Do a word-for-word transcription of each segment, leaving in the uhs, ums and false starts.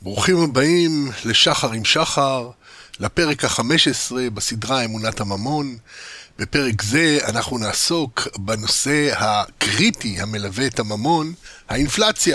ברוכים הבאים לשחר עם שחר, לפרק ה-חמש עשרה בסדרה אמונת הממון. בפרק זה אנחנו נעסוק בנושא הקריטי המלווה את הממון, האינפלציה.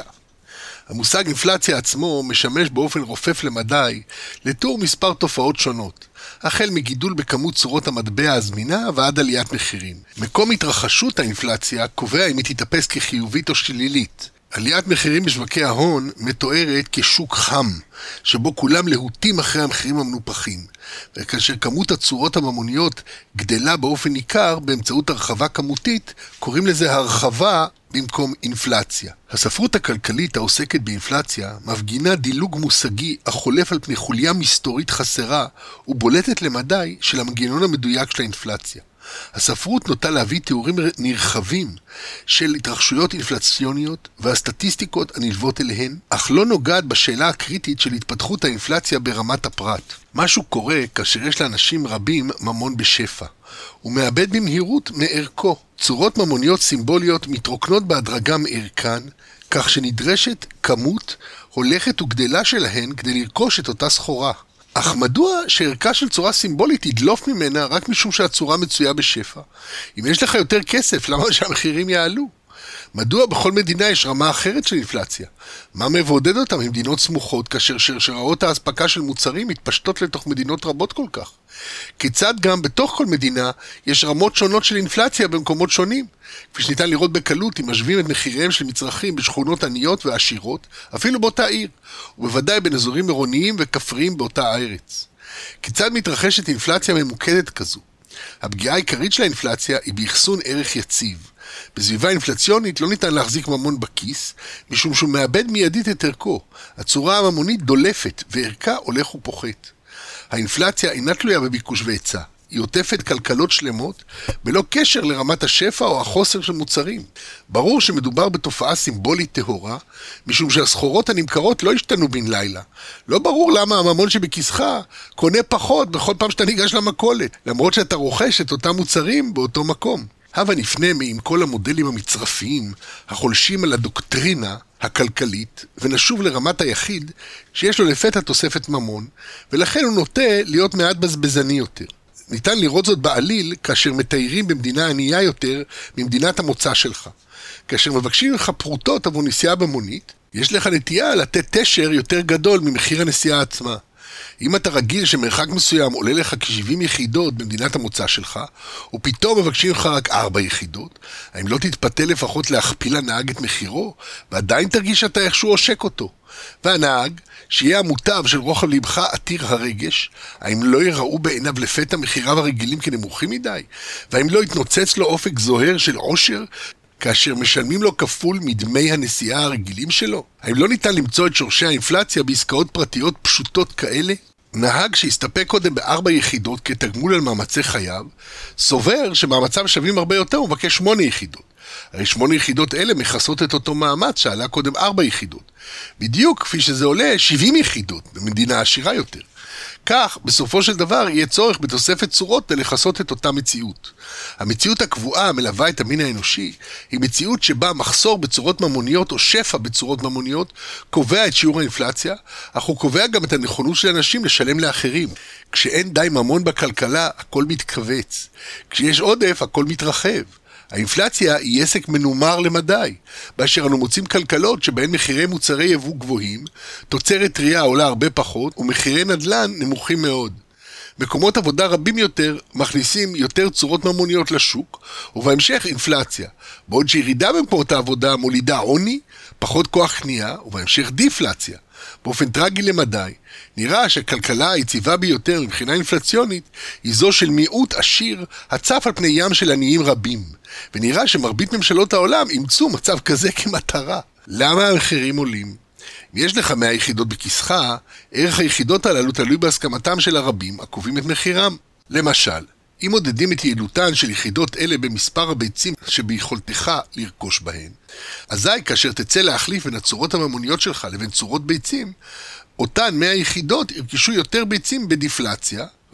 המושג אינפלציה עצמו משמש באופן רופף למדי לתיאור מספר תופעות שונות, החל מגידול בכמות צורות המטבע הזמינה ועד עליית מחירים. מקום התרחשות האינפלציה קובע אם היא תתאפס כחיובית או שלילית. עליית מחירים בשווקי ההון מתוארת כשוק חם, שבו כולם להוטים אחרי המחירים המנופחים, וכאשר כמות הצורות הממוניות גדלה באופן ניכר באמצעות הרחבה כמותית, קוראים לזה הרחבה במקום אינפלציה. הספרות הכלכלית העוסקת באינפלציה מפגינה דילוג מושגי החולף על פני חוליה מסתורית חסרה ובולטת למדי של המנגנון המדויק של האינפלציה. הספרות נוטה להביא תיאורים נרחבים של התרחשויות אינפלציוניות והסטטיסטיקות הנלוות אליהן, אך לא נוגעת בשאלה הקריטית של התפתחות האינפלציה ברמת הפרט. משהו קורה כאשר יש לאנשים רבים ממון בשפע, ומאבד במהירות מערכו. צורות ממוניות סימבוליות מתרוקנות בהדרגה מערכן, כך שנדרשת כמות הולכת וגדלה שלהן כדי לרכוש את אותה סחורה. אך מדוע שערכה של צורה סימבולית ידלוף ממנה רק משום שהצורה מצויה בשפע? אם יש לך יותר כסף, למה שהמחירים יעלו? מדוע בכל מדינה יש רמה אחרת של אינפלציה? מה מבודד אותם ממדינות סמוכות כאשר שרשראות האספקה של מוצרים מתפשטות לתוך מדינות רבות כל כך? כיצד גם בתוך כל מדינה יש רמות שונות של אינפלציה במקומות שונים? כפי שניתן לראות בקלות אם משווים את מחיריהם של מצרכים בשכונות עניות ועשירות, אפילו באותה עיר, ובוודאי בין אזורים עירוניים וכפריים באותה הארץ. כיצד מתרחשת אינפלציה ממוקדת כזו? הפגיעה העיקרית של האינפלציה היא באחסון ערך יציב. בסביבה אינפלציונית לא ניתן להחזיק ממון בכיס, משום שהוא מאבד מיידית את ערכו. הצורה הממונית דולפת וערכה הולך ופוחת. האינפלציה אינה תלויה בביקוש והיצע. היא עוטפת כלכלות שלמות בלא קשר לרמת השפע או החוסר של מוצרים. ברור שמדובר בתופעה סימבולית טהורה, משום שהסחורות הנמכרות לא השתנו בן לילה. לא ברור למה הממון שבכיסך קונה פחות בכל פעם שאתה ניגש למכולת, למרות שאתה רוכש את אותם מוצרים באותו מקום. הבה נפנה עם כל המודלים המצרפיים החולשים על הדוקטרינה הכלכלית, ונשוב לרמת היחיד שיש לו לפתע תוספת ממון, ולכן הוא נוטה להיות מעט בזבזני יותר. ניתן לראות זאת בעליל כאשר מתארים במדינה ענייה יותר ממדינת המוצא שלך. כאשר מבקשים לך פרוטות עבור נסיעה במונית, יש לך נטייה לתת תשר יותר גדול ממחיר הנסיעה עצמה. אם אתה רגיל שמרחק מסוים עולה לך כ-שבעים יחידות במדינת המוצא שלך, ופתאום מבקשים לך רק ארבע יחידות, האם לא תתפתה לפחות להכפיל לנהג את מחירו, ועדיין תרגיש שאתה איכשהו עושק אותו? והנהג, שיהיה המוטב של רוחב לבך עתיר הרגש, האם לא יראו בעיניו לפתע מחיריו הרגילים כנמוכים מדי? והאם לא יתנוצץ לו אופק זוהר של עושר, כאשר משלמים לו כפול מדמי הנסיעה הרגילים שלו? האם לא ניתן למצוא את שורשי האינפלציה בעסקאות פרטיות פשוטות כאלה? נהג שהסתפק קודם בארבע יחידות כתגמול על מאמצי חייו, סובר שמאמציו שווים הרבה יותר ומבקש שמונה יחידות. הרי שמונה יחידות אלה מכסות את אותו מאמץ שעלה קודם ארבע יחידות. בדיוק כפי שזה עולה שבעים יחידות במדינה עשירה יותר. כך, בסופו של דבר, יהיה צורך בתוספת צורות לכסות את אותה מציאות. המציאות הקבועה המלווה את המין האנושי היא מציאות שבה מחסור בצורות ממוניות או שפע בצורות ממוניות קובע את שיעור האינפלציה, אך הוא קובע גם את הנכונות של אנשים לשלם לאחרים. כשאין די ממון בכלכלה, הכל מתכווץ. כשיש עודף, הכל מתרחב. האינפלציה היא עסק מנומר למדי, באשר אנו מוצאים כלכלות שבהן מחירי מוצרי יבוא גבוהים, תוצרת טרייה עולה הרבה פחות, ומחירי נדל"ן נמוכים מאוד. מקומות עבודה רבים יותר מכניסים יותר צורות ממוניות לשוק, ובהמשך אינפלציה, בעוד שירידה במקומות העבודה מולידה עוני, פחות כוח קנייה, ובהמשך דיפלציה. באופן טרגי למדי, נראה שהכלכלה היציבה ביותר מבחינה אינפלציונית היא זו של מיעוט עשיר הצף על פני ים של עניים רבים, ונראה שמרבית ממשלות העולם אימצו מצב כזה כמטרה. למה המחירים עולים? אם יש לך מאה יחידות בכיסך, ערך היחידות הללו תלוי בהסכמתם של הרבים הקובעים את מחירם. למשל, אם מודדים את יעילותן של יחידות אלה במספר הביצים שביכולתך לרכוש בהן, אזי כאשר תצא להחליף בין הצורות הממוניות שלך לבין צורות ביצים, אותן מאה יחידות ירכשו יותר ביצים בדיפלציה,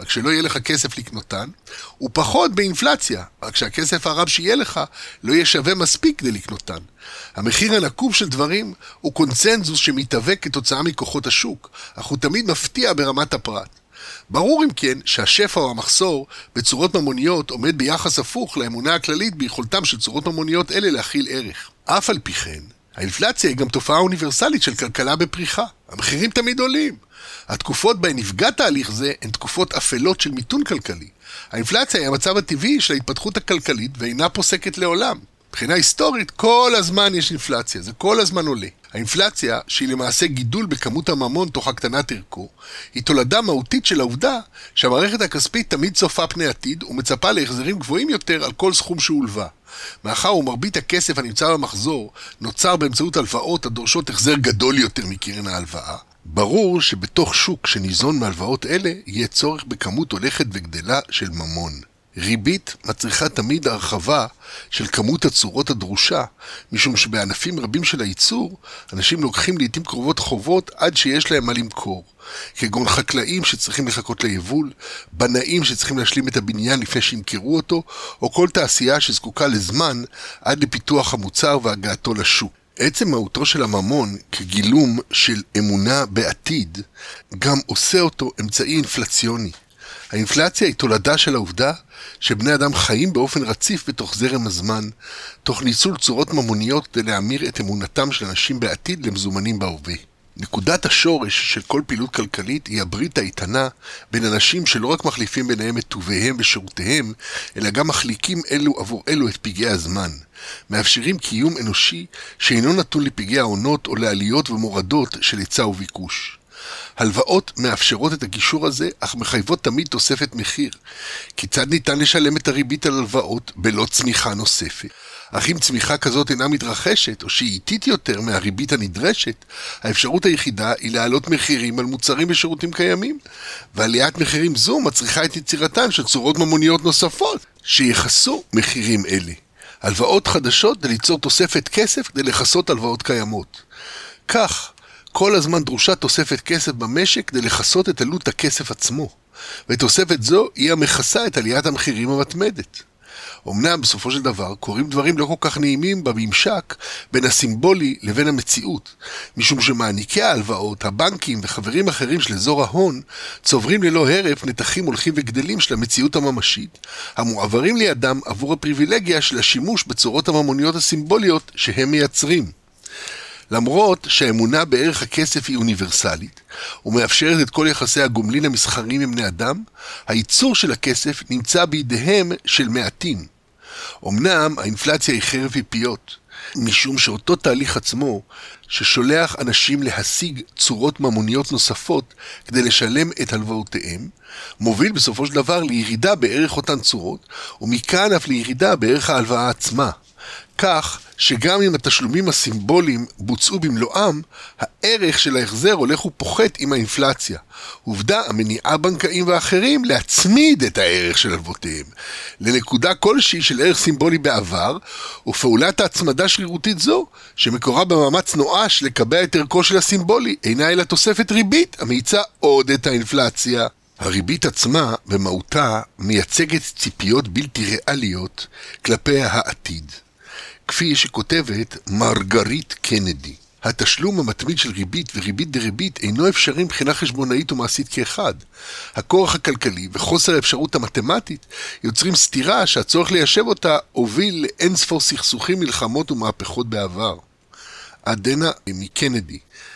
רק שלא יהיה לך כסף לקנותן, ופחות באינפלציה, רק שהכסף הרב שיהיה לך לא יהיה שווה מספיק כדי לקנותן. המחיר הנקוב של דברים הוא קונצנזוס שמתהווה כתוצאה מכוחות השוק, אך הוא תמיד מפתיע ברמת הפרט. ברור אם כן שהשפע או המחסור בצורות ממוניות עומד ביחס הפוך לאמונה הכללית ביכולתם של צורות ממוניות אלה להכיל ערך. אף על פי כן, האינפלציה היא גם תופעה אוניברסלית של כלכלה בפריחה. המחירים תמיד עולים. התקופות בהן נפגע תהליך זה הן תקופות אפלות של מיתון כלכלי. האינפלציה היא המצב הטבעי של ההתפתחות הכלכלית ואינה פוסקת לעולם. מבחינה היסטורית, כל הזמן יש אינפלציה, זה כל הזמן עולה. האינפלציה, שהיא למעשה גידול בכמות הממון תוך הקטנת ערכו, היא תולדה מהותית של העובדה שהמערכת הכספית תמיד צופה פני עתיד ומצפה להחזרים גבוהים יותר על כל סכום שהולווה. מאחר ומרבית הכסף הנמצא במחזור נוצר באמצעות הלוואות הדורשות החזר גדול יותר מקרן ההלוואה, ברור שבתוך שוק שניזון מהלוואות אלה יהיה צורך בכמות הולכת וגדלה של ממון. ריבית מצריכה תמיד הרחבה של כמות הצורות הדרושה, משום שבענפים רבים של הייצור, אנשים לוקחים לעתים קרובות חובות עד שיש להם מה למכור, כגון חקלאים שצריכים לחכות ליבול, בנאים שצריכים להשלים את הבניין לפני שימכרו אותו, או כל תעשייה שזקוקה לזמן עד לפיתוח המוצר והגעתו לשוק. עצם מהותו של הממון כגילום של אמונה בעתיד, גם עושה אותו אמצעי אינפלציוני. האינפלציה היא תולדה של העובדה שבני אדם חיים באופן רציף בתוך זרם הזמן, תוך ניצול צורות ממוניות כדי להמיר את אמונתם של אנשים בעתיד למזומנים בהווה. נקודת השורש של כל פעילות כלכלית היא הברית האיתנה בין אנשים שלא רק מחליפים ביניהם את טוביהם ושירותיהם, אלא גם מחליקים אלו עבור אלו את פגעי הזמן, מאפשרים קיום אנושי שאינו נתון לפגעי העונות או לעליות ומורדות של היצע וביקוש. הלוואות מאפשרות את הגישור הזה, אך מחייבות תמיד תוספת מחיר. כיצד ניתן לשלם את הריבית על הלוואות בלא צמיחה נוספת? אך אם צמיחה כזאת אינה מתרחשת, או שהיא איטית יותר מהריבית הנדרשת, האפשרות היחידה היא להעלות מחירים על מוצרים ושירותים קיימים, ועליית מחירים זו מצריכה את יצירתן של צורות ממוניות נוספות, שיחסו מחירים אלה. הלוואות חדשות כדי ליצור תוספת כסף כדי לחסות הלוואות קיימות. כך, כל הזמן דרושה תוספת כסף במשק כדי לחסות את עלות הכסף עצמו, ותוספת זו היא המכסה את עליית המחירים המתמדת. אמנם בסופו של דבר קורים דברים לא כל כך נעימים בממשק בין הסימבולי לבין המציאות, משום שמעניקי ההלוואות, הבנקים וחברים אחרים של אזור ההון צוברים ללא הרף נתחים הולכים וגדלים של המציאות הממשית, המועברים לידם עבור הפריבילגיה של השימוש בצורות הממוניות הסימבוליות שהם מייצרים. למרות שהאמונה בערך הכסף היא אוניברסלית, ומאפשרת את כל יחסי הגומלין המסחריים עם בני אדם, הייצור של הכסף נמצא בידיהם של מעטים. אמנם האינפלציה היא חרב פיפיות, משום שאותו תהליך עצמו, ששולח אנשים להשיג צורות ממוניות נוספות כדי לשלם את הלוואותיהם, מוביל בסופו של דבר לירידה בערך אותן צורות, ומכאן אף לירידה בערך ההלוואה עצמה. כך שגם אם התשלומים הסימבוליים בוצעו במלואם, הערך של ההחזר הולך ופוחת עם האינפלציה. עובדה המניעה בנקאים ואחרים להצמיד את הערך של הלוותיהם לנקודה כלשהי של ערך סימבולי בעבר, ופעולת ההצמדה שרירותית זו, שמקורה במאמץ נואש לקבע את ערכו של הסימבולי, אינה אלא תוספת ריבית המאיצה עוד את האינפלציה. הריבית עצמה במהותה מייצגת ציפיות בלתי ריאליות כלפי העתיד. כפי שכותבת מרגריט קנדי, התשלום המתמיד של ריבית וריבית דריבית אינו אפשרי מבחינה חשבונאית ומעשית כאחד. הכורח הכלכלי וחוסר האפשרות המתמטית יוצרים סתירה שהצורך ליישב אותה הוביל לאין ספור סכסוכים, מלחמות ומהפכות בעבר. עדנה מקנדי,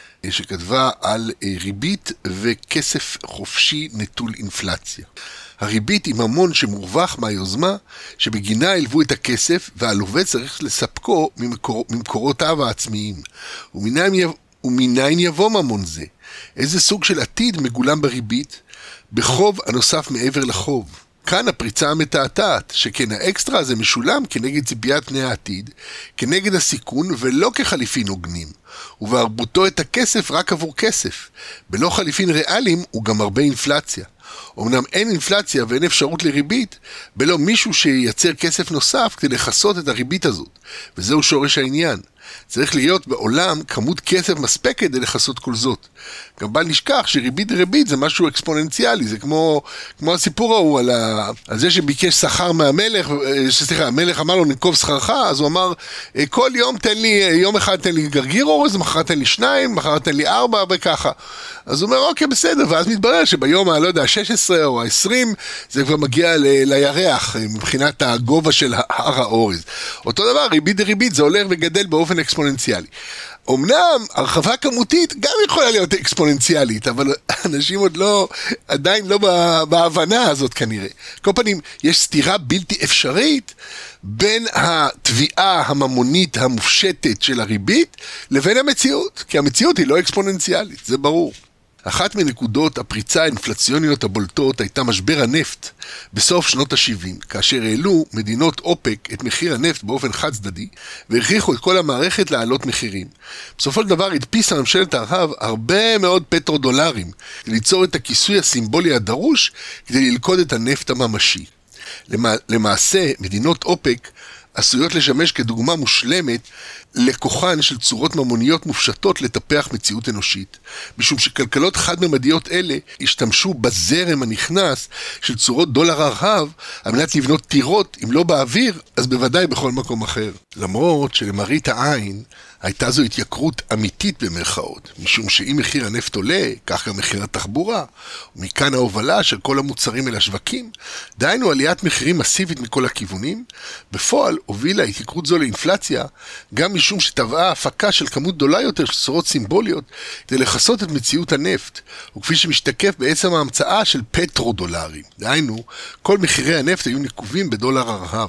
שכתבה על ריבית וכסף חופשי נטול אינפלציה. הריבית היא ממון שמורווח מהיוזמה שבגינה הלוו את הכסף, והלווה צריך לספקו ממקור, ממקורותיו העצמיים. ומניין, יב, ומניין יבוא ממון זה? איזה סוג של עתיד מגולם בריבית? בחוב הנוסף מעבר לחוב. כאן הפריצה המתעתעת, שכן האקסטרה הזה משולם כנגד ציפיית פני העתיד, כנגד הסיכון ולא כחליפין הוגנים, ובערבותו את הכסף רק עבור כסף. בלא חליפין ריאליים הוא גם הרבה אינפלציה. אמנם אין אינפלציה ואין אפשרות לריבית, בלא מישהו שייצר כסף נוסף כדי לחסות את הריבית הזאת, וזהו שורש העניין. צריך להיות בעולם כמות כסף מספקת כדי לחסות כל זאת, גם בל נשכח שריבית דריבית זה משהו אקספוננציאלי, זה כמו, כמו הסיפור ההוא על, ה, על זה שביקש שכר מהמלך, שסליחה, המלך אמר לו נקוב שכרך, אז הוא אמר, כל יום תן לי, יום אחד תן לי גרגיר אורז, מחר תן לי שניים, מחר תן לי ארבע, וככה. אז הוא אומר, אוקיי, בסדר, ואז מתברר שביום, לא יודע, ה-שש עשרה או ה-עשרים, זה כבר מגיע ל- לירח, מבחינת הגובה של הר האורז. אותו דבר, ריבית דריבית, זה הולך וגדל באופן אקספוננציאלי. אמנם, הרחבה כמותית גם יכולה להיות אקספוננציאלית, אבל אנשים עוד לא, עדיין לא בהבנה הזאת כנראה. כל פנים, יש סתירה בלתי אפשרית בין התביעה הממונית המופשטת של הריבית לבין המציאות, כי המציאות היא לא אקספוננציאלית, זה ברור. אחת מנקודות הפריצה האינפלציוניות הבולטות הייתה משבר הנפט בסוף שנות ה-שבעים, כאשר העלו מדינות אופק את מחיר הנפט באופן חד צדדי, והכריחו את כל המערכת להעלות מחירים. בסופו של דבר הדפיסה ממשלת ערב הרבה מאוד פטרודולרים, ליצור את הכיסוי הסימבולי הדרוש כדי ללכוד את הנפט הממשי. למעשה, מדינות אופק עשויות לשמש כדוגמה מושלמת לכוחן של צורות ממוניות מופשטות לטפח מציאות אנושית, משום שכלכלות חד-ממדיות אלה השתמשו בזרם הנכנס של צורות דולר הרהב על מנת לבנות טירות, אם לא באוויר, אז בוודאי בכל מקום אחר. למרות שלמראית העין הייתה זו התייקרות אמיתית במרכאות, משום שאם מחיר הנפט עולה, כך גם מחיר התחבורה, ומכאן ההובלה של כל המוצרים אל השווקים, דהיינו עליית מחירים מסיבית מכל הכיוונים, בפועל הובילה התייקרות זו לאינפלציה, גם משום שטבעה הפקה של כמות גדולה יותר של צורות סימבוליות, כדי לחסות את מציאות הנפט, וכפי שמשתקף בעצם ההמצאה של פטרודולרים. דהיינו, כל מחירי הנפט היו נקובים בדולר הרהב.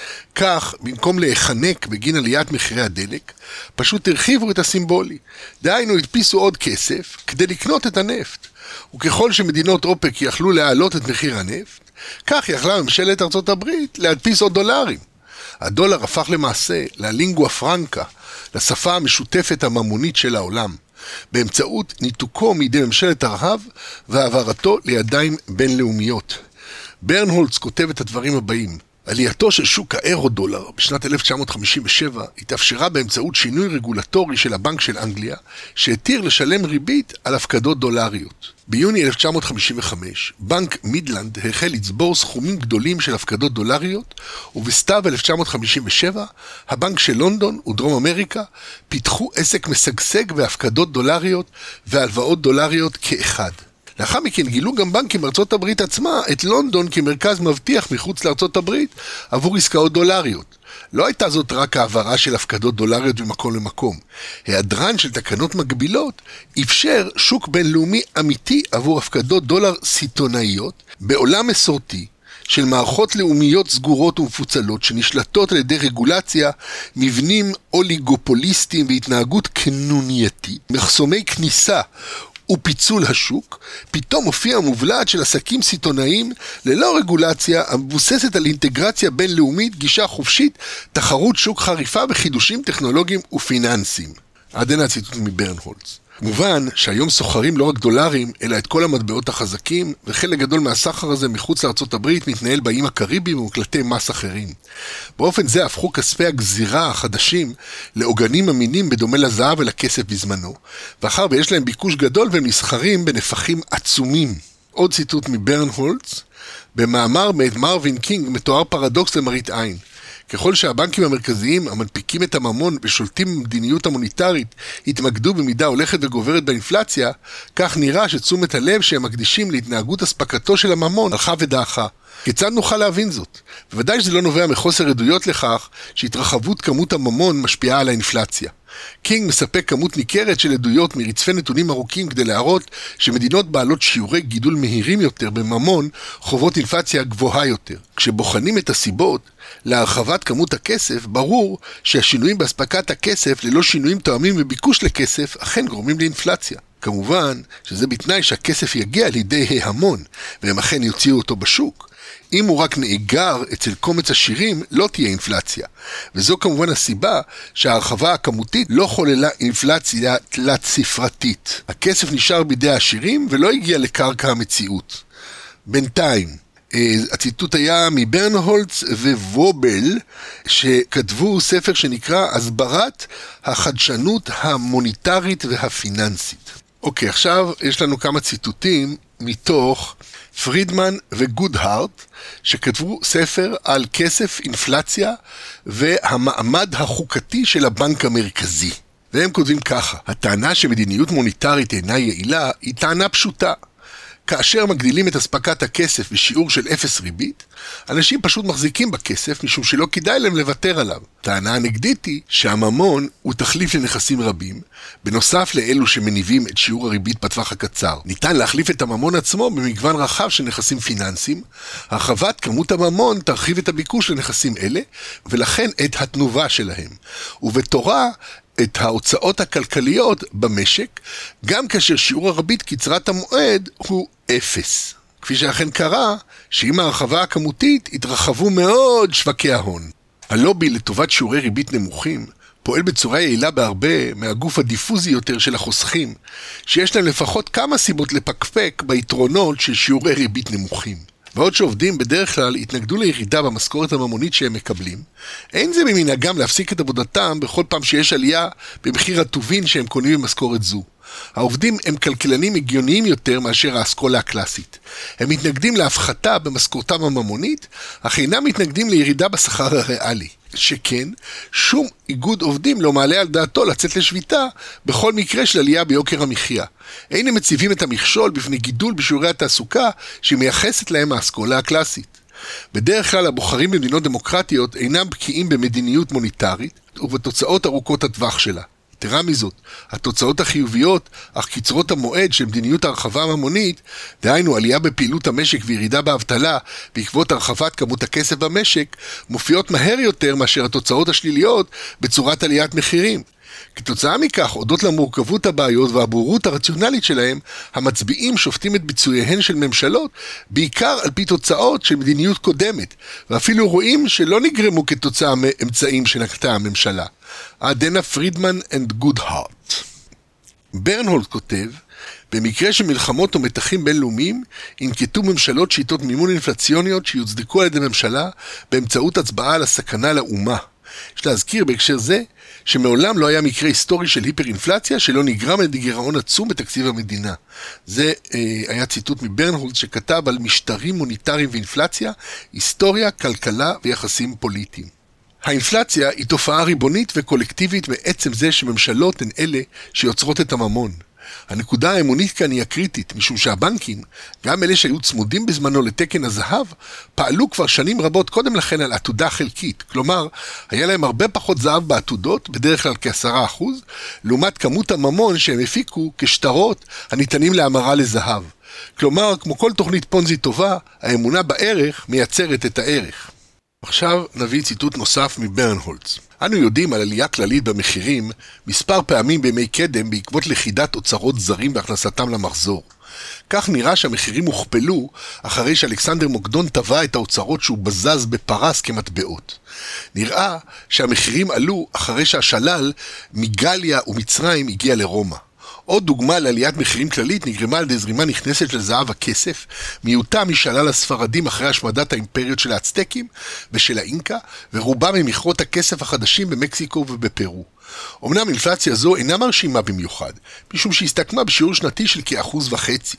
כך, במקום להיחנק בגין עליית מחירי הדלק, פשוט הרחיבו את הסימבולי. דהיינו, הדפיסו עוד כסף כדי לקנות את הנפט. וככל שמדינות אופק יכלו להעלות את מחיר הנפט, כך יכלה ממשלת ארצות הברית להדפיס עוד דולרים. הדולר הפך למעשה ללינגואה פרנקה, לשפה המשותפת הממונית של העולם, באמצעות ניתוקו מידי ממשלת הרהב והעברתו לידיים בינלאומיות. ברנהולץ כותב את הדברים הבאים: עלייתו של שוק האירו-דולר בשנת אלף תשע מאות חמישים ושבע התאפשרה באמצעות שינוי רגולטורי של הבנק של אנגליה, שהתיר לשלם ריבית על הפקדות דולריות. ביוני אלף תשע מאות חמישים וחמש, בנק מידלנד החל לצבור סכומים גדולים של הפקדות דולריות, ובסתיו אלף תשע מאות חמישים ושבע, הבנק של לונדון ודרום אמריקה פיתחו עסק משגשג בהפקדות דולריות והלוואות דולריות כאחד. לאחר מכן גילו גם בנקים בארצות הברית עצמה את לונדון כמרכז מבטיח מחוץ לארצות הברית עבור עסקאות דולריות. לא הייתה זאת רק העברה של הפקדות דולריות ממקום למקום. היעדרן של תקנות מגבילות אפשר שוק בינלאומי אמיתי עבור הפקדות דולר סיטונאיות בעולם מסורתי של מערכות לאומיות סגורות ומפוצלות שנשלטות על ידי רגולציה, מבנים אוליגופוליסטיים והתנהגות קנונייתית, מחסומי כניסה ופיצול השוק. פתאום הופיע מובלעת של עסקים סיטונאיים ללא רגולציה המבוססת על אינטגרציה בינלאומית, גישה חופשית, תחרות שוק חריפה וחידושים טכנולוגיים ופיננסיים. עד הנה הציטוט מברנהולץ. מובן שהיום סוחרים לא רק דולרים, אלא את כל המטבעות החזקים, וחלק גדול מהסחר הזה מחוץ לארצות הברית מתנהל באיים הקריביים ומקלטי מס אחרים. באופן זה הפכו כספי הגזירה החדשים לעוגנים אמינים בדומה לזהב ולכסף בזמנו, ואחר ויש להם ביקוש גדול והם נסחרים בנפחים עצומים. עוד ציטוט מברנהולץ, במאמר מאת מרווין קינג מתואר פרדוקס למראית עין. ככל שהבנקים המרכזיים המנפיקים את הממון ושולטים במדיניות המוניטרית התמקדו במידה הולכת וגוברת באינפלציה, כך נראה שתשומת הלב שהם מקדישים להתנהגות הספקתו של הממון הלכה ודעכה. כיצד נוכל להבין זאת? בוודאי שזה לא נובע מחוסר עדויות לכך שהתרחבות כמות הממון משפיעה על האינפלציה. קינג מספק כמות ניכרת של עדויות מרצפי נתונים ארוכים כדי להראות שמדינות בעלות שיעורי גידול מהירים יותר בממון חוות אינפלציה גבוהה יותר. כשבוחנים את הסיבות להרחבת כמות הכסף, ברור שהשינויים בהספקת הכסף ללא שינויים תואמים וביקוש לכסף אכן גורמים לאינפלציה. כמובן שזה בתנאי שהכסף יגיע לידי ההמון והם אכן יוציאו אותו בשוק. אם הוא רק נאגר אצל קומץ עשירים, לא תהיה אינפלציה. וזו כמובן הסיבה שההרחבה הכמותית לא חוללה אינפלציה תלת ספרתית. הכסף נשאר בידי העשירים ולא הגיע לקרקע המציאות. בינתיים, הציטוט היה מברנהולץ ווובל, שכתבו ספר שנקרא הסברת החדשנות המוניטרית והפיננסית. אוקיי, עכשיו יש לנו כמה ציטוטים מתוך פרידמן וגודהארט, שכתבו ספר על כסף, אינפלציה והמעמד החוקתי של הבנק המרכזי. והם כותבים ככה: הטענה שמדיניות מוניטרית אינה יעילה היא טענה פשוטה. כאשר מגדילים את הספקת הכסף בשיעור של אפס ריבית, אנשים פשוט מחזיקים בכסף משום שלא כדאי להם לוותר עליו. טענה הנגדית היא שהממון הוא תחליף לנכסים רבים, בנוסף לאלו שמניבים את שיעור הריבית בטווח הקצר. ניתן להחליף את הממון עצמו במגוון רחב של נכסים פיננסיים. הרחבת כמות הממון תרחיב את הביקוש לנכסים אלה, ולכן את התנובה שלהם. ובתורה, את ההוצאות הכלכליות במשק, גם כאשר שיעור הריבית קצרת המועד הוא אפס. כפי שאכן קרה, שעם ההרחבה הכמותית התרחבו מאוד שווקי ההון. הלובי לטובת שיעורי ריבית נמוכים פועל בצורה יעילה בהרבה מהגוף הדיפוזי יותר של החוסכים, שיש להם לפחות כמה סיבות לפקפק ביתרונות של שיעורי ריבית נמוכים. ועוד שעובדים בדרך כלל התנגדו לירידה במשכורת הממונית שהם מקבלים, אין זה ממנהגם להפסיק את עבודתם בכל פעם שיש עלייה במחיר הטובין שהם קונים במשכורת זו. העובדים הם כלכלנים הגיוניים יותר מאשר האסכולה הקלאסית. הם מתנגדים להפחתה במשכורתם הממונית, אך אינם מתנגדים לירידה בשכר הריאלי. שכן, שום איגוד עובדים לא מעלה על דעתו לצאת לשביתה בכל מקרה של עלייה ביוקר המחיה. אין הם מציבים את המכשול בפני גידול בשיעורי התעסוקה שמייחסת להם האסכולה הקלאסית. בדרך כלל הבוחרים במדינות דמוקרטיות אינם בקיאים במדיניות מוניטרית ובתוצאות ארוכות הטווח שלה. יתרה מזאת, התוצאות החיוביות, אך קצרות המועד של מדיניות הרחבה הממונית, דהיינו עלייה בפעילות המשק וירידה באבטלה בעקבות הרחבת כמות הכסף במשק, מופיעות מהר יותר מאשר התוצאות השליליות בצורת עליית מחירים. כתוצאה מכך, הודות למורכבות הבעיות והברורות הרציונלית שלהם, המצביעים שופטים את ביצועיהן של ממשלות, בעיקר על פי תוצאות של מדיניות קודמת, ואפילו רואים שלא נגרמו כתוצאה מאמצעים שנקטה הממשלה. עדנה פרידמן וגודהארט. ברנהולד כותב, במקרה של מלחמות או מתחים בינלאומיים, ינקטו ממשלות שיטות מימון אינפלציוניות שיוצדקו על ידי ממשלה באמצעות הצבעה על הסכנה לאומה. יש להזכיר בהקשר זה, שמעולם לא היה מקרה היסטורי של היפר-אינפלציה שלא נגרם על ידי גירעון עצום בתקציב המדינה. זה אה, היה ציטוט מברנהולד שכתב על משטרים מוניטריים ואינפלציה, היסטוריה, כלכלה ויחסים פוליטיים. האינפלציה היא תופעה ריבונית וקולקטיבית מעצם זה שממשלות הן אלה שיוצרות את הממון. הנקודה האמונית כאן היא הקריטית, משום שהבנקים, גם אלה שהיו צמודים בזמנו לתקן הזהב, פעלו כבר שנים רבות קודם לכן על עתודה חלקית. כלומר, היה להם הרבה פחות זהב בעתודות, בדרך כלל כעשרה אחוז, לעומת כמות הממון שהם הפיקו כשטרות הניתנים להמרה לזהב. כלומר, כמו כל תוכנית פונזי טובה, האמונה בערך מייצרת את הערך. עכשיו נביא ציטוט נוסף מברנהולץ. אנו יודעים על עלייה כללית במחירים מספר פעמים בימי קדם בעקבות לכידת אוצרות זרים בהכנסתם למחזור. כך נראה שהמחירים הוכפלו אחרי שאלכסנדר מוקדון טבע את האוצרות שהוא בזז בפרס כמטבעות. נראה שהמחירים עלו אחרי שהשלל מגליה ומצרים הגיע לרומא. עוד דוגמה לעליית מחירים כללית נגרמה על ידי זרימה נכנסת של זהב הכסף, מיעוטה משלל הספרדים אחרי השמדת האימפריות של האצטקים ושל האינקה, ורובה ממכרות הכסף החדשים במקסיקו ובפרו. אמנם אינפלציה זו אינה מרשימה במיוחד, משום שהסתכמה בשיעור שנתי של כאחוז וחצי.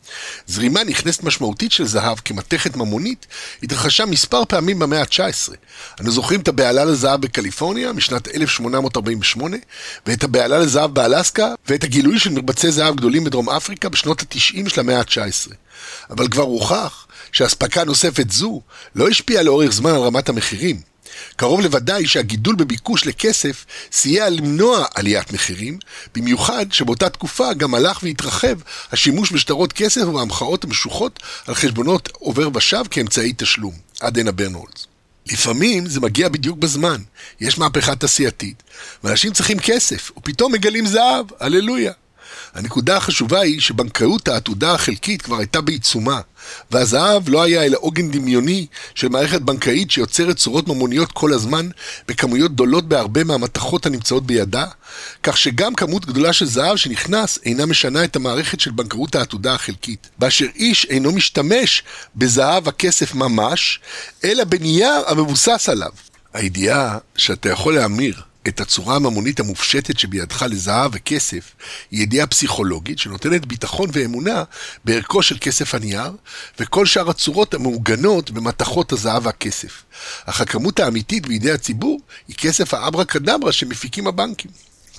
זרימה נכנסת משמעותית של זהב כמתכת ממונית התרחשה מספר פעמים במאה ה-תשע עשרה. אנו זוכרים את הבעלה לזהב בקליפורניה משנת אלף שמונה מאות ארבעים ושמונה, ואת הבעלה לזהב באלסקה, ואת הגילוי של מרבצי זהב גדולים בדרום אפריקה בשנות ה-תשעים של המאה ה-תשע עשרה. אבל כבר הוכח שהספקה נוספת זו לא השפיעה לאורך זמן על רמת המחירים. קרוב לוודאי שהגידול בביקוש לכסף סייע למנוע עליית מחירים, במיוחד שבאותה תקופה גם הלך והתרחב השימוש בשטרות כסף והמחאות המשוחות על חשבונות עובר ושב כאמצעי תשלום. עדנה ברנהולץ. לפעמים זה מגיע בדיוק בזמן, יש מהפכה תעשייתית, ואנשים צריכים כסף, ופתאום מגלים זהב, הללויה. הנקודה החשובה היא שבנקאות העתודה החלקית כבר הייתה בעיצומה, והזהב לא היה אלא עוגן דמיוני של מערכת בנקאית שיוצרת צורות ממוניות כל הזמן בכמויות גדולות בהרבה מהמתכות הנמצאות בידה, כך שגם כמות גדולה של זהב שנכנס אינה משנה את המערכת של בנקאות העתודה החלקית, באשר איש אינו משתמש בזהב הכסף ממש, אלא בנייר המבוסס עליו. הידיעה שאתה יכול להמיר את הצורה הממונית המופשטת שבידך לזהב וכסף היא ידיעה פסיכולוגית שנותנת ביטחון ואמונה בערכו של כסף הנייר וכל שאר הצורות המעוגנות במתכות הזהב והכסף. אך הכמות האמיתית בידי הציבור היא כסף האברה קדברה שמפיקים הבנקים.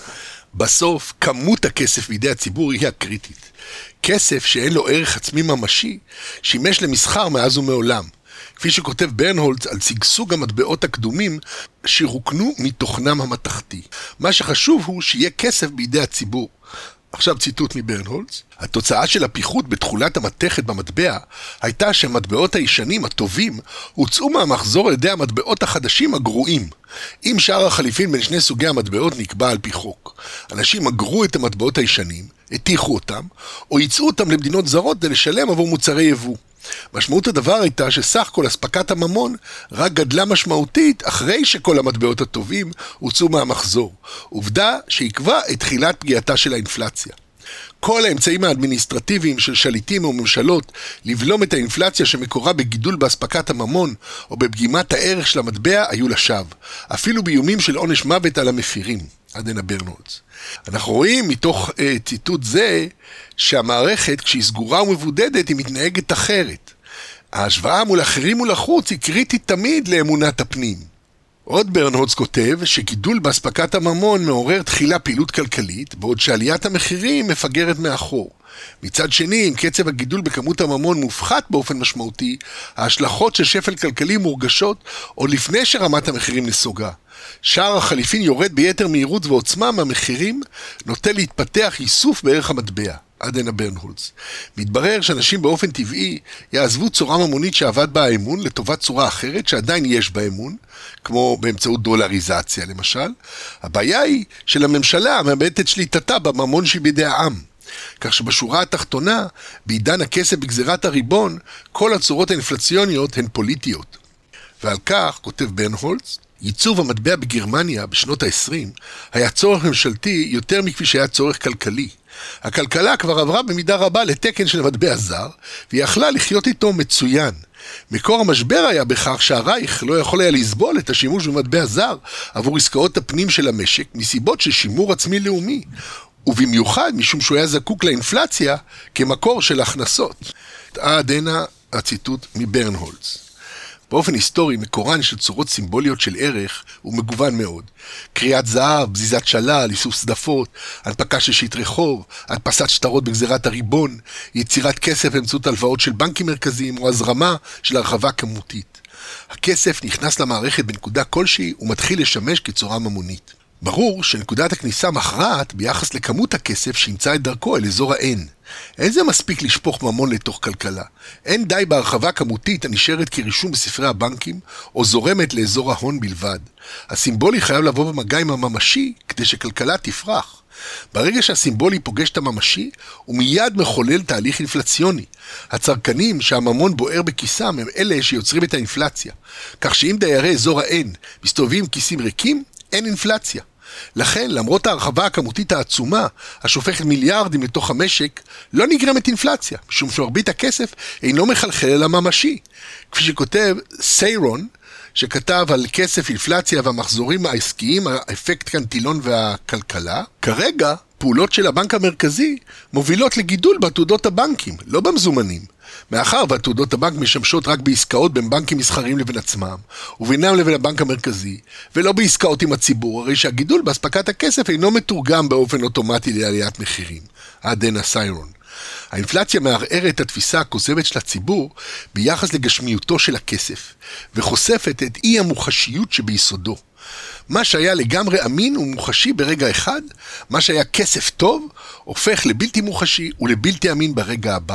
בסוף, כמות הכסף בידי הציבור היא הקריטית. כסף שאין לו ערך עצמי ממשי שימש למסחר מאז ומעולם. כפי שכותב ברנהולץ על סגסוג המטבעות הקדומים שרוקנו מתוכנם המתכתי. מה שחשוב הוא שיהיה כסף בידי הציבור. עכשיו ציטוט מברנהולץ. התוצאה של הפיחות בתחולת המתכת במטבע הייתה שהמטבעות הישנים הטובים הוצאו מהמחזור על ידי המטבעות החדשים הגרועים. אם שער החליפין בין שני סוגי המטבעות נקבע על פי חוק. אנשים אגרו את המטבעות הישנים, הטיחו אותם, או ייצאו אותם למדינות זרות כדי לשלם עבור מוצרי יבוא. משמעות הדבר הייתה שסך כל הספקת הממון רק גדלה משמעותית אחרי שכל המטבעות הטובים הוצאו מהמחזור. עובדה שעקבה את תחילת פגיעתה של האינפלציה. כל האמצעים האדמיניסטרטיביים של שליטים או ממשלות לבלום את האינפלציה שמקורה בגידול בהספקת הממון או בפגימת הערך של המטבע היו לשווא, אפילו באיומים של עונש מוות על המפירים. עד הנה ברנהולץ. אנחנו רואים מתוך uh, ציטוט זה שהמערכת כשהיא סגורה ומבודדת היא מתנהגת אחרת. ההשוואה מול אחרים מול החוץ היא קריטית תמיד לאמונת הפנים. עוד ברנהולץ כותב שגידול בהספקת הממון מעורר תחילה פעילות כלכלית, בעוד שעליית המחירים מפגרת מאחור. מצד שני, אם קצב הגידול בכמות הממון מופחת באופן משמעותי, ההשלכות של שפל כלכלי מורגשות עוד לפני שרמת המחירים נסוגה. שער החליפין יורד ביתר מהירות ועוצמה מהמחירים, נוטה להתפתח איסוף בערך המטבע. עד הנה ברנהולץ. מתברר שאנשים באופן טבעי יעזבו צורה ממונית שעבד בה האמון לטובת צורה אחרת שעדיין יש בה אמון, כמו באמצעות דולריזציה למשל. הבעיה היא של הממשלה מאבדת את שליטתה בממון שבידי העם. כך שבשורה התחתונה, בעידן הכסף בגזירת הריבון, כל הצורות האינפלציוניות הן פוליטיות. ועל כך, כותב ברנהולץ, ייצוב המטבע בגרמניה בשנות ה-עשרים היה צורך ממשלתי יותר מכפי שהיה צורך כלכלי. הכלכלה כבר עברה במידה רבה לתקן של מטבע זר, והיא יכלה לחיות איתו מצוין. מקור המשבר היה בכך שהרייך לא יכול היה לסבול את השימוש במטבע זר עבור עסקאות הפנים של המשק, מסיבות של שימור עצמי לאומי, ובמיוחד משום שהוא היה זקוק לאינפלציה כמקור של הכנסות. עד הנה הציטוט מברנהולץ. באופן היסטורי, מקורן של צורות סימבוליות של ערך הוא מגוון מאוד. קריאת זהב, בזיזת שלל, איסוף סדפות, הנפקה של שטרי חוב, הדפסת שטרות בגזירת הריבון, יצירת כסף באמצעות הלוואות של בנקים מרכזיים או הזרמה של הרחבה כמותית. הכסף נכנס למערכת בנקודה כלשהי ומתחיל לשמש כצורה ממונית. ברור שנקודת הכניסה מכרעת ביחס לכמות הכסף שימצא את דרכו אל אזור ה-N. אין זה מספיק לשפוך ממון לתוך כלכלה. אין די בהרחבה כמותית הנשארת כרישום בספרי הבנקים או זורמת לאזור ההון בלבד. הסימבולי חייב לבוא במגע עם הממשי כדי שכלכלה תפרח. ברגע שהסימבולי פוגש את הממשי, הוא מיד מחולל תהליך אינפלציוני. הצרכנים שהממון בוער בכיסם הם אלה שיוצרים את האינפלציה. כך שאם דיירי אזור ה-N מסתובבים עם כיסים ריקים, אין אינפלציה. לכן, למרות ההרחבה הכמותית העצומה, השופכת מיליארדים לתוך המשק, לא נגרמת אינפלציה, משום שמרבית הכסף אינו מחלחל אל הממשי. כפי שכותב סיירון, שכתב על כסף, אינפלציה והמחזורים העסקיים, האפקט קנטילון והכלכלה, כרגע פעולות של הבנק המרכזי מובילות לגידול בעתודות הבנקים, לא במזומנים. מאחר ועתודות הבנק משמשות רק בעסקאות בין בנקים מסחריים לבין עצמם, ובינם לבין הבנק המרכזי, ולא בעסקאות עם הציבור, הרי שהגידול בהספקת הכסף אינו מתורגם באופן אוטומטי לעליית מחירים. עד הנה סיירון. האינפלציה מערערת את התפיסה הכוזבת של הציבור ביחס לגשמיותו של הכסף, וחושפת את אי המוחשיות שביסודו. מה שהיה לגמרי אמין ומוחשי ברגע אחד, מה שהיה כסף טוב, הופך לבלתי מוחשי ולבלתי אמין ברגע הבא.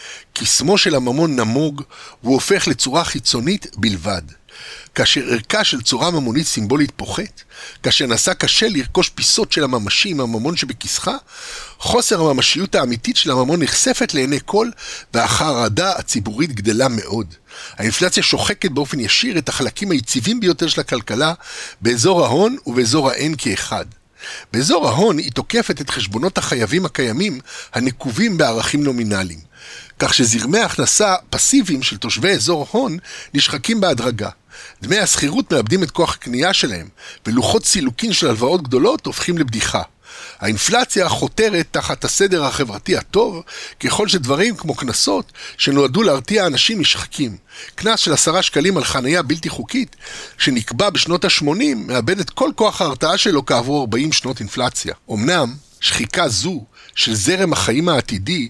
קסמו של הממון נמוג, והוא הופך לצורה חיצונית בלבד. כאשר ערכה של צורה ממונית סימבולית פוחת, כאשר נעשה קשה לרכוש פיסות של הממשי עם הממון שבכיסך, חוסר הממשיות האמיתית של הממון נחשפת לעיני כל, והחרדה הציבורית גדלה מאוד. האינפלציה שוחקת באופן ישיר את החלקים היציבים ביותר של הכלכלה, באזור ההון ובאזור ה-N כאחד. באזור ההון היא תוקפת את חשבונות החייבים הקיימים הנקובים בערכים נומינליים, כך שזרמי ההכנסה פסיביים של תושבי אזור הון נשחקים בהדרגה. דמי השכירות מאבדים את כוח הקנייה שלהם, ולוחות סילוקין של הלוואות גדולות הופכים לבדיחה. האינפלציה חותרת תחת הסדר החברתי הטוב, ככל שדברים כמו כנסות שנועדו להרתיע אנשים נשחקים. כנס של עשרה שקלים על חנייה בלתי חוקית, שנקבע בשנות ה-שמונים, מאבד את כל כוח ההרתעה שלו כעבור ארבעים שנות אינפלציה. אמנם, שחיקה זו של זרם החיים העתידי,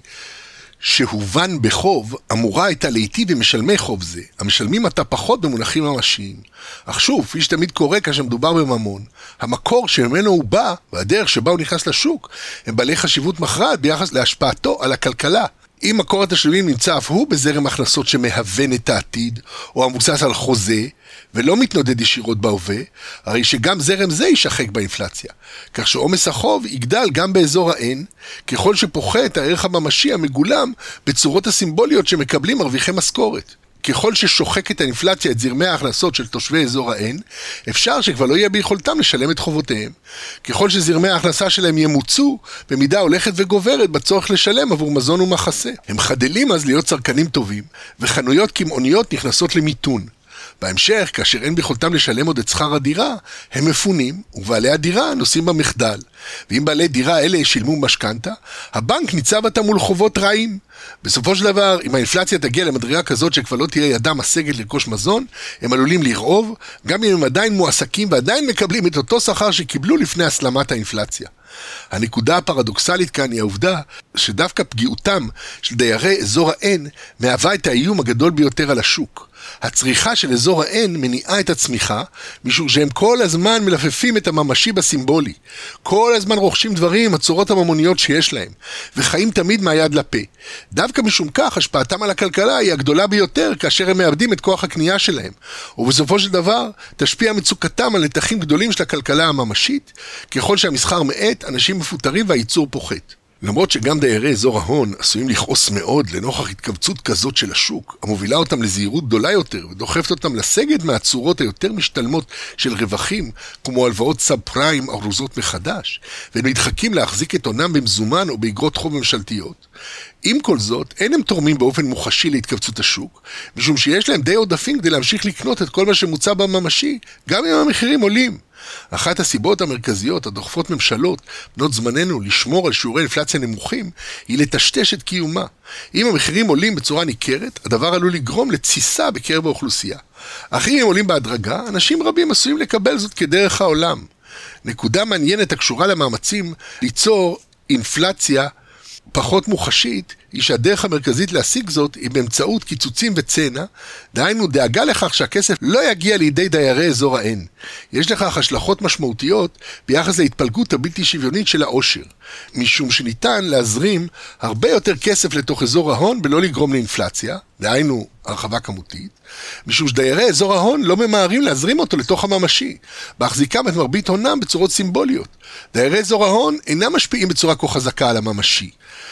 שהובן בחוב, אמורה הייתה להיטיב עם משלמי חוב זה, המשלמים עתה פחות במונחים ממשיים. אך שוב, כפי שתמיד קורה כאשר מדובר בממון, המקור שממנו הוא בא, והדרך שבה הוא נכנס לשוק, הם בעלי חשיבות מכרעת ביחס להשפעתו על הכלכלה. אם מקור התשלומים נמצא אף הוא בזרם הכנסות שמהוון את העתיד, או המבוסס על חוזה, ולא מתנודד ישירות בהווה, הרי שגם זרם זה יישחק באינפלציה, כך שעומס החוב יגדל גם באזור ה-N, ככל שפוחת הערך הממשי המגולם בצורות הסימבוליות שמקבלים מרוויחי משכורת. ככל ששוחקת האינפלציה את זרמי ההכנסות של תושבי אזור ה-N, אפשר שכבר לא יהיה ביכולתם לשלם את חובותיהם. ככל שזרמי ההכנסה שלהם ימוצו, במידה הולכת וגוברת בצורך לשלם עבור מזון ומחסה. הם חדלים אז להיות צרכנים טובים, וחנויות קמעוניות נכנסות למיתון. בהמשך, כאשר אין ביכולתם לשלם עוד את שכר הדירה, הם מפונים, ובעלי הדירה נושאים במחדל. ואם בעלי דירה אלה שילמו משכנתה, הבנק ניצב אותם מול חובות רעים. בסופו של דבר, אם האינפלציה תגיע למדרגה כזאת שכבר לא תהיה ידם משגת לרכוש מזון, הם עלולים לרעוב, גם אם הם עדיין מועסקים ועדיין מקבלים את אותו שכר שקיבלו לפני הסלמת האינפלציה. הנקודה הפרדוקסלית כאן היא העובדה שדווקא פגיעותם של דיירי אזור ה-N מהווה את האיום הגדול ביותר על השוק. הצריכה של אזור ה-N מניעה את הצמיחה, משום שהם כל הזמן מלפפים את הממשי בסימבולי. כל הזמן רוכשים דברים, הצורות הממוניות שיש להם, וחיים תמיד מהיד לפה. דווקא משום כך, השפעתם על הכלכלה היא הגדולה ביותר, כאשר הם מאבדים את כוח הקנייה שלהם. ובסופו של דבר, תשפיע מצוקתם על נתחים גדולים של הכלכלה הממשית, ככל שהמסחר מעט, אנשים מפוטרים והייצור פוחת. למרות שגם דיירי אזור ההון עשויים לכעוס מאוד לנוכח התכווצות כזאת של השוק, המובילה אותם לזהירות גדולה יותר ודוחפת אותם לסגת מהצורות היותר משתלמות של רווחים, כמו הלוואות סאב פריים ארוזות מחדש, והם נדחקים להחזיק את עונם במזומן או באגרות חוב ממשלתיות. עם כל זאת, אין הם תורמים באופן מוחשי להתכווצות השוק, משום שיש להם די עודפים כדי להמשיך לקנות את כל מה שמוצע בממשי, גם אם המחירים עולים. אחת הסיבות המרכזיות הדוחפות ממשלות בנות זמננו לשמור על שיעורי אינפלציה נמוכים היא לטשטש את קיומה. אם המחירים עולים בצורה ניכרת, הדבר עלול לגרום לתסיסה בקרב האוכלוסייה. אך אם הם עולים בהדרגה, אנשים רבים עשויים לקבל זאת כדרך העולם. נקודה מעניינת הקשורה למאמצים ליצור אינפלציה פחות מוחשית היא שהדרך המרכזית להשיג זאת היא באמצעות קיצוצים וצנע, דהיינו דאגה לכך שהכסף לא יגיע לידי דיירי אזור ה-N. יש לכך השלכות משמעותיות ביחס להתפלגות הבלתי שוויונית של העושר, משום שניתן להזרים הרבה יותר כסף לתוך אזור ההון בלא לגרום לאינפלציה, דהיינו הרחבה כמותית, משום שדיירי אזור ההון לא ממהרים להזרים אותו לתוך הממשי, בהחזיקם את מרבית הונם בצורות סימבוליות. דיירי אזור ההון אינם משפיעים בצורה כה חזקה על הממשי.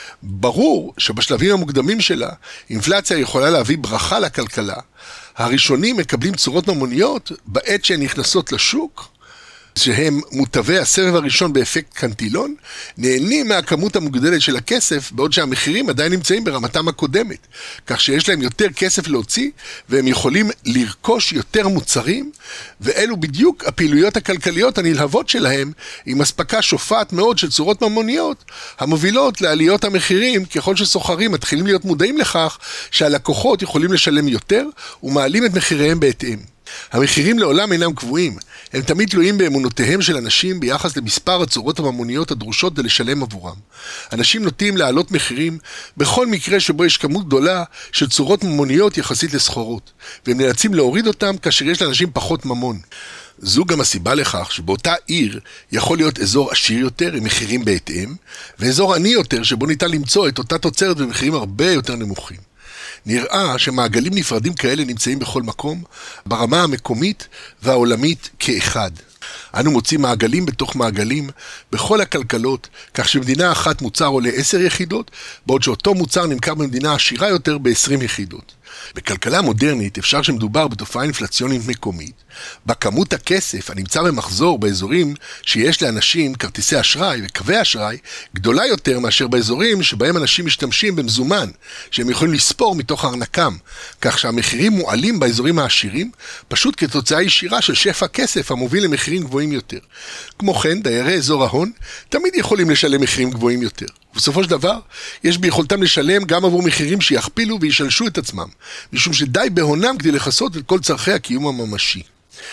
ברור שבשלבים המוקדמים שלה, אינפלציה יכולה להביא ברכה לכלכלה. הראשונים מקבלים צורות ממוניות בעת שהן נכנסות לשוק, שהם מוטבי הסבב הראשון באפקט קנטילון, נהנים מהכמות המוגדלת של הכסף, בעוד שהמחירים עדיין נמצאים ברמתם הקודמת, כך שיש להם יותר כסף להוציא, והם יכולים לרכוש יותר מוצרים, ואלו בדיוק הפעילויות הכלכליות הנלהבות שלהם, עם הספקה שופעת מאוד של צורות ממוניות, המובילות לעליות המחירים, ככל שסוחרים מתחילים להיות מודעים לכך, שהלקוחות יכולים לשלם יותר, ומעלים את מחיריהם בהתאם. המחירים לעולם אינם קבועים, הם תמיד תלויים באמונותיהם של אנשים ביחס למספר הצורות הממוניות הדרושות כדי לשלם עבורם. אנשים נוטים להעלות מחירים בכל מקרה שבו יש כמות גדולה של צורות ממוניות יחסית לסחורות, והם נאלצים להוריד אותם כאשר יש לאנשים פחות ממון. זו גם הסיבה לכך שבאותה עיר יכול להיות אזור עשיר יותר עם מחירים בהתאם, ואזור עני יותר שבו ניתן למצוא את אותה תוצרת במחירים הרבה יותר נמוכים. נראה שמעגלים נפרדים כאלה נמצאים בכל מקום, ברמה המקומית והעולמית כאחד. אנו מוצאים מעגלים בתוך מעגלים בכל הכלכלות, כך שמדינה אחת מוצר עולה עשר יחידות, בעוד שאותו מוצר נמכר במדינה עשירה יותר ב-עשרים יחידות. בכלכלה מודרנית אפשר שמדובר בתופעה אינפלציונית מקומית, בכמות הכסף הנמצא במחזור באזורים שיש לאנשים כרטיסי אשראי וקווי אשראי גדולה יותר מאשר באזורים שבהם אנשים משתמשים במזומן, שהם יכולים לספור מתוך ארנקם, כך שהמחירים מועלים באזורים העשירים, פשוט כתוצאה ישירה של שפע כסף המוביל למחירים גבוהים יותר. כמו כן, דיירי אזור ההון תמיד יכולים לשלם מחירים גבוהים יותר. ובסופו של דבר, יש ביכולתם לשלם גם עבור מחירים שיכפילו וישלשו את עצמם, משום שדי בהונם כדי לכסות את כל צרכי הקיום הממשי.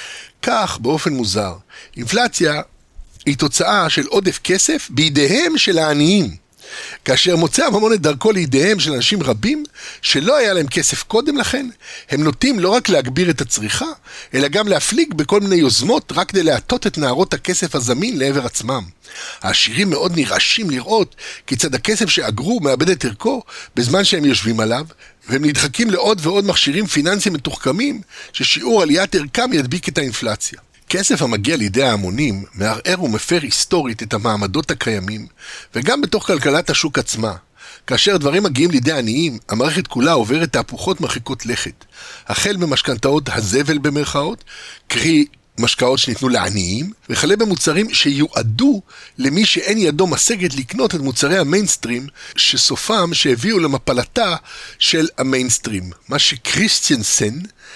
כך, באופן מוזר, אינפלציה היא תוצאה של עודף כסף בידיהם של העניים, כאשר מוצא הממון את דרכו לידיהם של אנשים רבים שלא היה להם כסף קודם לכן, הם נוטים לא רק להגביר את הצריכה, אלא גם להפליג בכל מיני יוזמות רק כדי להטות את נערות הכסף הזמין לעבר עצמם. העשירים מאוד נרעשים לראות כיצד הכסף שאגרו מאבד את ערכו בזמן שהם יושבים עליו, והם נדחקים לעוד ועוד מכשירים פיננסיים מתוחכמים ששיעור עליית ערכם ידביק את האינפלציה. כסף המגיע לידי ההמונים מערער ומפר היסטורית את המעמדות הקיימים, וגם בתוך כלכלת השוק עצמה. כאשר דברים מגיעים לידי עניים, המערכת כולה עוברת תהפוכות מרחיקות לכת. החל במשכנתאות הזבל במרכאות, קרי משקאות שניתנו לעניים, וכלה במוצרים שיועדו למי שאין ידו משגת לקנות את מוצרי המיינסטרים, שסופם שהביאו למפלתה של המיינסטרים. מה שקריסטיאנסן,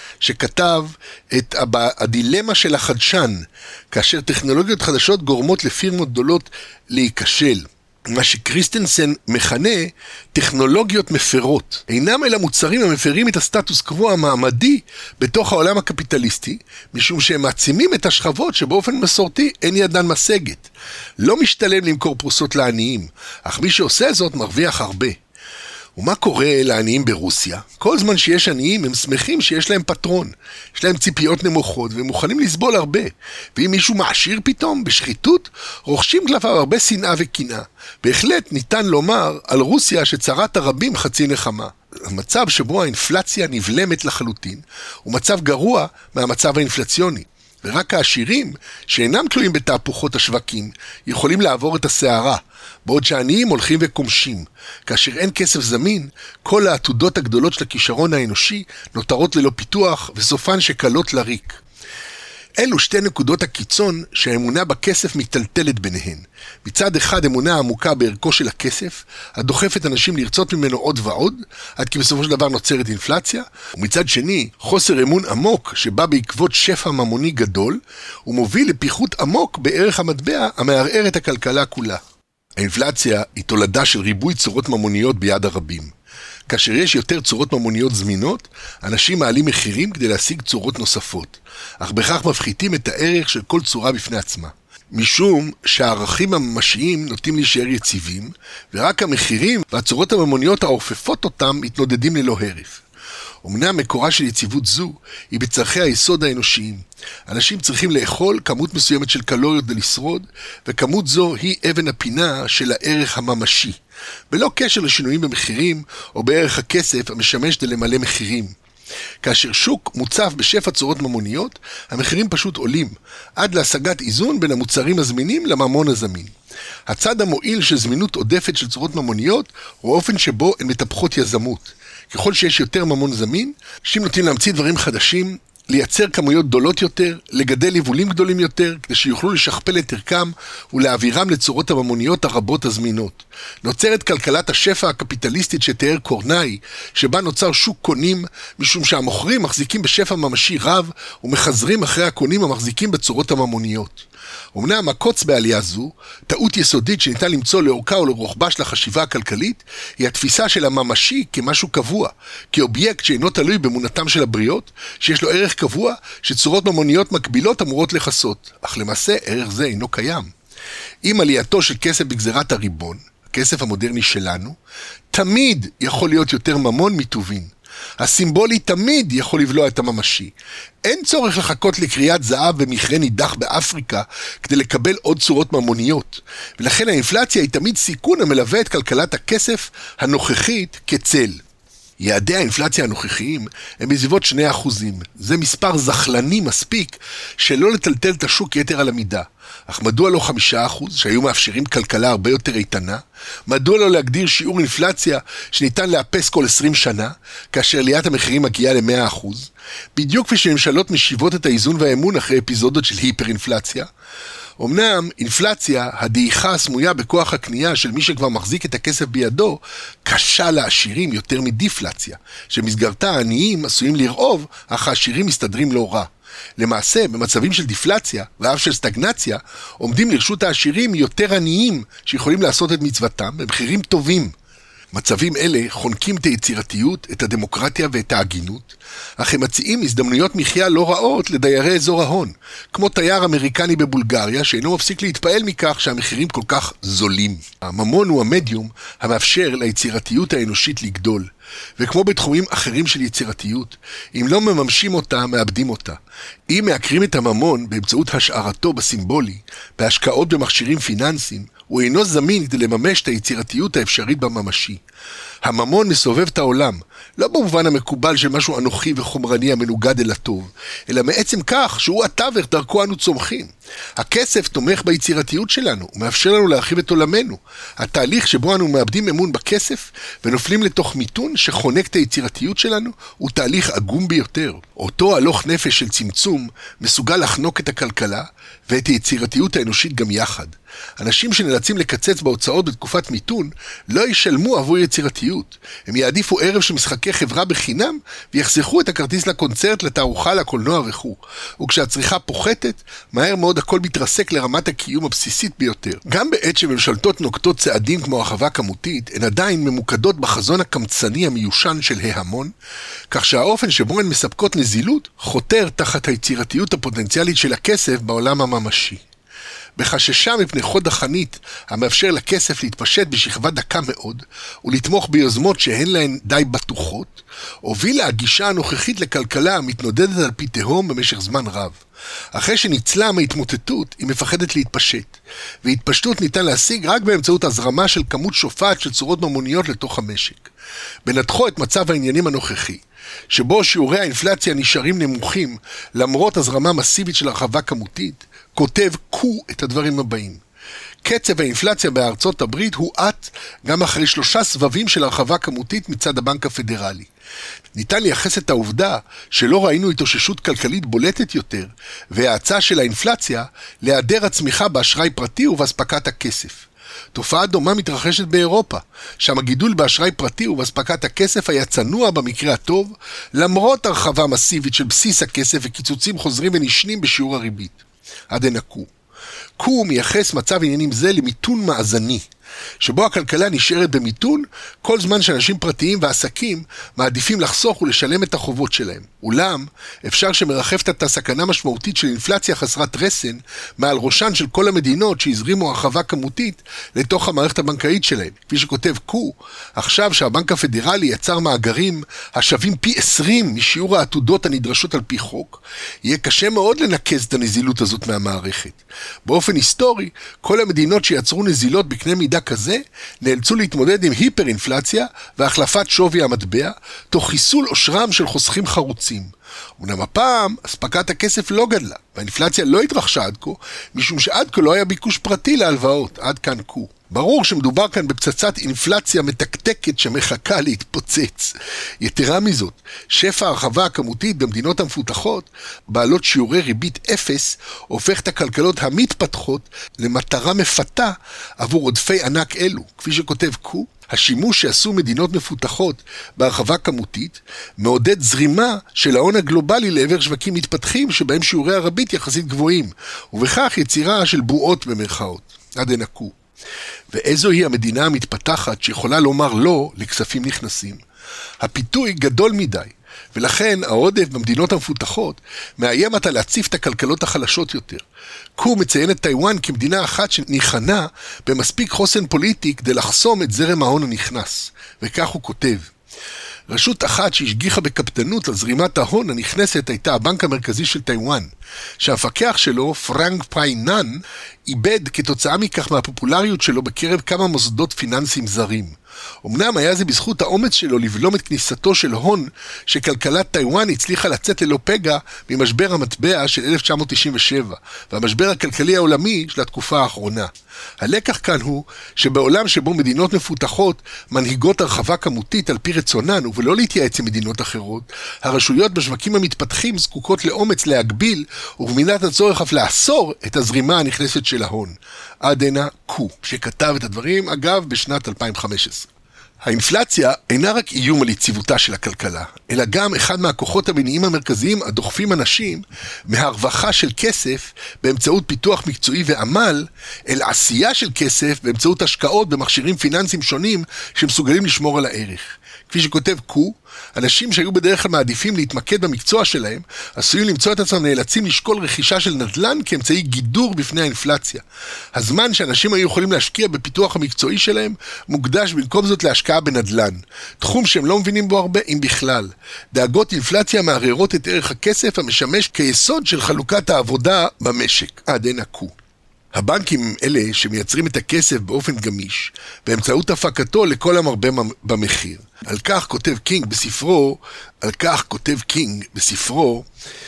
שכתב את הדילמה של החדשן, כאשר טכנולוגיות חדשות גורמות לפירמות גדולות להיכשל. מה שקריסטנסן מכנה טכנולוגיות מפרות. אינם אלא מוצרים המפרים את הסטטוס קוו המעמדי בתוך העולם הקפיטליסטי, משום שהם מעצימים את השכבות שבאופן מסורתי אין ידן משגת. לא משתלם למכור פרוסות לעניים, אך מי שעושה זאת מרוויח הרבה. ומה קורה לעניים ברוסיה? כל זמן שיש עניים הם שמחים שיש להם פטרון, יש להם ציפיות נמוכות והם מוכנים לסבול הרבה. ואם מישהו מעשיר פתאום בשחיתות, רוכשים כלפיו הרבה שנאה וקנאה. בהחלט ניתן לומר על רוסיה שצרת הרבים חצי נחמה. המצב שבו האינפלציה נבלמת לחלוטין הוא מצב גרוע מהמצב האינפלציוני. ורק העשירים שאינם תלויים בתהפוכות השווקים יכולים לעבור את הסערה, בעוד שהעניים הולכים וקומשים. כאשר אין כסף זמין, כל העתודות הגדולות של הכישרון האנושי נותרות ללא פיתוח וסופן שקלות לריק. אלו שתי נקודות הקיצון שהאמונה בכסף מטלטלת ביניהן. מצד אחד אמונה עמוקה בערכו של הכסף, הדוחפת אנשים לרצות ממנו עוד ועוד, עד כי בסופו של דבר נוצרת אינפלציה, ומצד שני חוסר אמון עמוק שבא בעקבות שפע ממוני גדול, ומוביל לפיחות עמוק בערך המטבע המערער את הכלכלה כולה. האינפלציה היא תולדה של ריבוי צורות ממוניות ביד הרבים. כאשר יש יותר צורות ממוניות זמינות, אנשים מעלים מחירים כדי להשיג צורות נוספות, אך בכך מפחיתים את הערך של כל צורה בפני עצמה. משום שהערכים הממשיים נוטים להישאר יציבים, ורק המחירים והצורות הממוניות העורפפות אותם מתנודדים ללא הרף. אמנם מקורה של יציבות זו היא בצרכי היסוד האנושיים. אנשים צריכים לאכול כמות מסוימת של קלוריות ולשרוד, וכמות זו היא אבן הפינה של הערך הממשי, בלא קשר לשינויים במחירים או בערך הכסף המשמש למלא מחירים. כאשר שוק מוצף בשפע צורות ממוניות, המחירים פשוט עולים, עד להשגת איזון בין המוצרים הזמינים לממון הזמין. הצד המועיל של זמינות עודפת של צורות ממוניות הוא האופן שבו הן מטפחות יזמות. ככל שיש יותר ממון זמין, אנשים נוטים להמציא דברים חדשים, לייצר כמויות גדולות יותר, לגדל יבולים גדולים יותר, כדי שיוכלו לשכפל את ערכם ולהעבירם לצורות הממוניות הרבות הזמינות. נוצרת כלכלת השפע הקפיטליסטית שתיאר קורנאי, שבה נוצר שוק קונים, משום שהמוכרים מחזיקים בשפע ממשי רב, ומחזרים אחרי הקונים המחזיקים בצורות הממוניות. אמנם הקוץ בעלייה זו, טעות יסודית שניתן למצוא לאורכה או לרוחבה של החשיבה הכלכלית, היא התפיסה של הממשי כמשהו קבוע, כאובייקט שאינו תלוי באמונתם של הבריות, שיש לו ערך קבוע שצורות ממוניות מקבילות אמורות לחסות, אך למעשה ערך זה אינו קיים. עם עלייתו של כסף בגזרת הריבון, הכסף המודרני שלנו, תמיד יכול להיות יותר ממון מטובין. הסימבולי תמיד יכול לבלוע את הממשי. אין צורך לחכות לקריאת זהב במכרה נידח באפריקה כדי לקבל עוד צורות ממוניות, ולכן האינפלציה היא תמיד סיכון המלווה את כלכלת הכסף הנוכחית כצל. יעדי האינפלציה הנוכחיים הם בסביבות שני אחוזים. זה מספר זחלני מספיק שלא לטלטל את השוק יתר על המידה. אך מדוע לא חמישה אחוז, שהיו מאפשרים כלכלה הרבה יותר איתנה? מדוע לא להגדיר שיעור אינפלציה שניתן לאפס כל עשרים שנה, כאשר עליית המחירים מגיעה ל-מאה אחוז? בדיוק כפי שממשלות משיבות את האיזון והאמון אחרי אפיזודות של היפר-אינפלציה. אמנם אינפלציה, הדעיכה הסמויה בכוח הקנייה של מי שכבר מחזיק את הכסף בידו, קשה לעשירים יותר מדיפלציה, שמסגרתה העניים עשויים לרעוב, אך העשירים מסתדרים לא רע. למעשה, במצבים של דיפלציה ואף של סטגנציה, עומדים לרשות העשירים יותר עניים שיכולים לעשות את מצוותם במחירים טובים. מצבים אלה חונקים את היצירתיות, את הדמוקרטיה ואת ההגינות, אך הם מציעים הזדמנויות מחיה לא רעות לדיירי אזור ההון, כמו תייר אמריקני בבולגריה שאינו מפסיק להתפעל מכך שהמחירים כל כך זולים. הממון הוא המדיום המאפשר ליצירתיות האנושית לגדול, וכמו בתחומים אחרים של יצירתיות, אם לא מממשים אותה, מאבדים אותה. אם מעקרים את הממון באמצעות השארתו בסימבולי, בהשקעות במכשירים פיננסיים, הוא אינו זמין כדי לממש את היצירתיות האפשרית בממשי. הממון מסובב את העולם, לא במובן המקובל של משהו אנוכי וחומרני המנוגד אל הטוב, אלא מעצם כך שהוא התווך דרכו אנו צומחים. הכסף תומך ביצירתיות שלנו, ומאפשר לנו להרחיב את עולמנו. התהליך שבו אנו מאבדים אמון בכסף ונופלים לתוך מיתון שחונק את היצירתיות שלנו, הוא תהליך עגום ביותר. אותו הלוך נפש של צמצום מסוגל לחנוק את הכלכלה ואת היצירתיות האנושית גם יחד. אנשים שנאלצים לקצץ בהוצאות בתקופת מיתון לא ישלמו עבור יצירתיות. הם יעדיפו ערב של משחקי חברה בחינם ויחסכו את הכרטיס לקונצרט, לתערוכה, לקולנוע וכו'. וכשהצריכה פוחתת, מהר מאוד הכל מתרסק לרמת הקיום הבסיסית ביותר. גם בעת שממשלתות נוקטות צעדים כמו הרחבה כמותית, הן עדיין ממוקדות בחזון הקמצני המיושן של ההמון, כך שהאופן שבו הן מספקות נזילות חותר תחת היצירתיות הפוטנציאלית של הכסף בעולם הממשי. בחששה מפני חוד החנית המאפשר לכסף להתפשט בשכבה דקה מאוד ולתמוך ביוזמות שהן להן די בטוחות, הובילה הגישה הנוכחית לכלכלה המתנודדת על פי תהום במשך זמן רב. אחרי שניצלה מהתמוטטות, היא מפחדת להתפשט, והתפשטות ניתן להשיג רק באמצעות הזרמה של כמות שופעת של צורות ממוניות לתוך המשק. בנתחו את מצב העניינים הנוכחי, שבו שיעורי האינפלציה נשארים נמוכים למרות הזרמה מסיבית של הרחבה כמותית, כותב קו את הדברים הבאים. קצב האינפלציה בארצות הברית הוא עט גם אחרי שלושה סבבים של הרחבה כמותית מצד הבנק הפדרלי. ניתן לייחס את העובדה שלא ראינו התאוששות כלכלית בולטת יותר, וההאצה של האינפלציה להיעדר הצמיחה באשראי פרטי ובהספקת הכסף. תופעה דומה מתרחשת באירופה, שם הגידול באשראי פרטי ובהספקת הכסף היה צנוע במקרה הטוב, למרות הרחבה מסיבית של בסיס הכסף וקיצוצים חוזרים ונשנים בשיעור הריבית. עד הנה קו. קו מייחס מצב עניינים זה למיתון מאזני, שבו הכלכלה נשארת במיתון כל זמן שאנשים פרטיים ועסקים מעדיפים לחסוך ולשלם את החובות שלהם. אולם, אפשר שמרחפת את הסכנה משמעותית של אינפלציה חסרת רסן מעל ראשן של כל המדינות שהזרימו הרחבה כמותית לתוך המערכת הבנקאית שלהם. כפי שכותב קו, עכשיו שהבנק הפדרלי יצר מאגרים השווים פי עשרים משיעור העתודות הנדרשות על פי חוק, יהיה קשה מאוד לנקז את הנזילות הזאת מהמערכת. באופן היסטורי, כל המדינות שיצרו נזילות בקנה מידה כזה, נאלצו להתמודד עם היפר-אינפלציה והחלפת שווי המטבע, תוך חיסול עושרם של חוסכים חרוצים. אומנם הפעם, הספקת הכסף לא גדלה, והאינפלציה לא התרחשה עד כה, משום שעד כה לא היה ביקוש פרטי להלוואות, עד כאן קו. ברור שמדובר כאן בפצצת אינפלציה מתקתקת שמחכה להתפוצץ. יתרה מזאת, שפע הרחבה הכמותית במדינות המפותחות, בעלות שיעורי ריבית אפס, הופך את הכלכלות המתפתחות למטרה מפתה עבור עודפי ענק אלו. כפי שכותב קו, השימוש שעשו מדינות מפותחות בהרחבה כמותית מעודד זרימה של ההון הגלובלי לעבר שווקים מתפתחים שבהם שיעורי הריבית יחסית גבוהים, ובכך יצירה של בועות במרכאות. עד הנה קו. ואיזו היא המדינה המתפתחת שיכולה לומר לא לכספים נכנסים? הפיתוי גדול מדי, ולכן העודף במדינות המפותחות מאיים עתה להציף את הכלכלות החלשות יותר. קו מציין את טיואן כמדינה אחת שניחנה במספיק חוסן פוליטי כדי לחסום את זרם ההון הנכנס, וכך הוא כותב. רשות אחת שהשגיחה בקפדנות על זרימת ההון הנכנסת הייתה הבנק המרכזי של טיואן, שהמפקח שלו, פרנק פריינן, איבד כתוצאה מכך מהפופולריות שלו בקרב כמה מוסדות פיננסיים זרים. אמנם היה זה בזכות האומץ שלו לבלום את כניסתו של הון שכלכלת טיואן הצליחה לצאת ללא פגע ממשבר המטבע של אלף תשע מאות תשעים ושבע והמשבר הכלכלי העולמי של התקופה האחרונה. הלקח כאן הוא שבעולם שבו מדינות מפותחות מנהיגות הרחבה כמותית על פי רצונן ולא להתייעץ עם מדינות אחרות, הרשויות בשווקים המתפתחים זקוקות לאומץ להגביל ובמידת הצורך אף לאסור את הזרימה הנכנסת של ההון. עד הנה קו, שכתב את הדברים אגב בשנת אלפיים וחמש עשרה. האינפלציה אינה רק איום על יציבותה של הכלכלה, אלא גם אחד מהכוחות המניעים המרכזיים הדוחפים אנשים מהרווחה של כסף באמצעות פיתוח מקצועי ועמל, אל עשייה של כסף באמצעות השקעות במכשירים פיננסיים שונים שמסוגלים לשמור על הערך. כפי שכותב קו, אנשים שהיו בדרך כלל מעדיפים להתמקד במקצוע שלהם, עשויים למצוא את עצמם נאלצים לשקול רכישה של נדל"ן כאמצעי גידור בפני האינפלציה. הזמן שאנשים היו יכולים להשקיע בפיתוח המקצועי שלהם, מוקדש במקום זאת להשקעה בנדל"ן. תחום שהם לא מבינים בו הרבה, אם בכלל. דאגות אינפלציה מערערות את ערך הכסף המשמש כיסוד של חלוקת העבודה במשק. עד הנה קו. הבנקים הם אלה שמייצרים את הכסף באופן גמיש, באמצעות הפקתו לכל המרבה במחיר. על כך כותב קינג בספרו, על כך כותב קינג בספרו,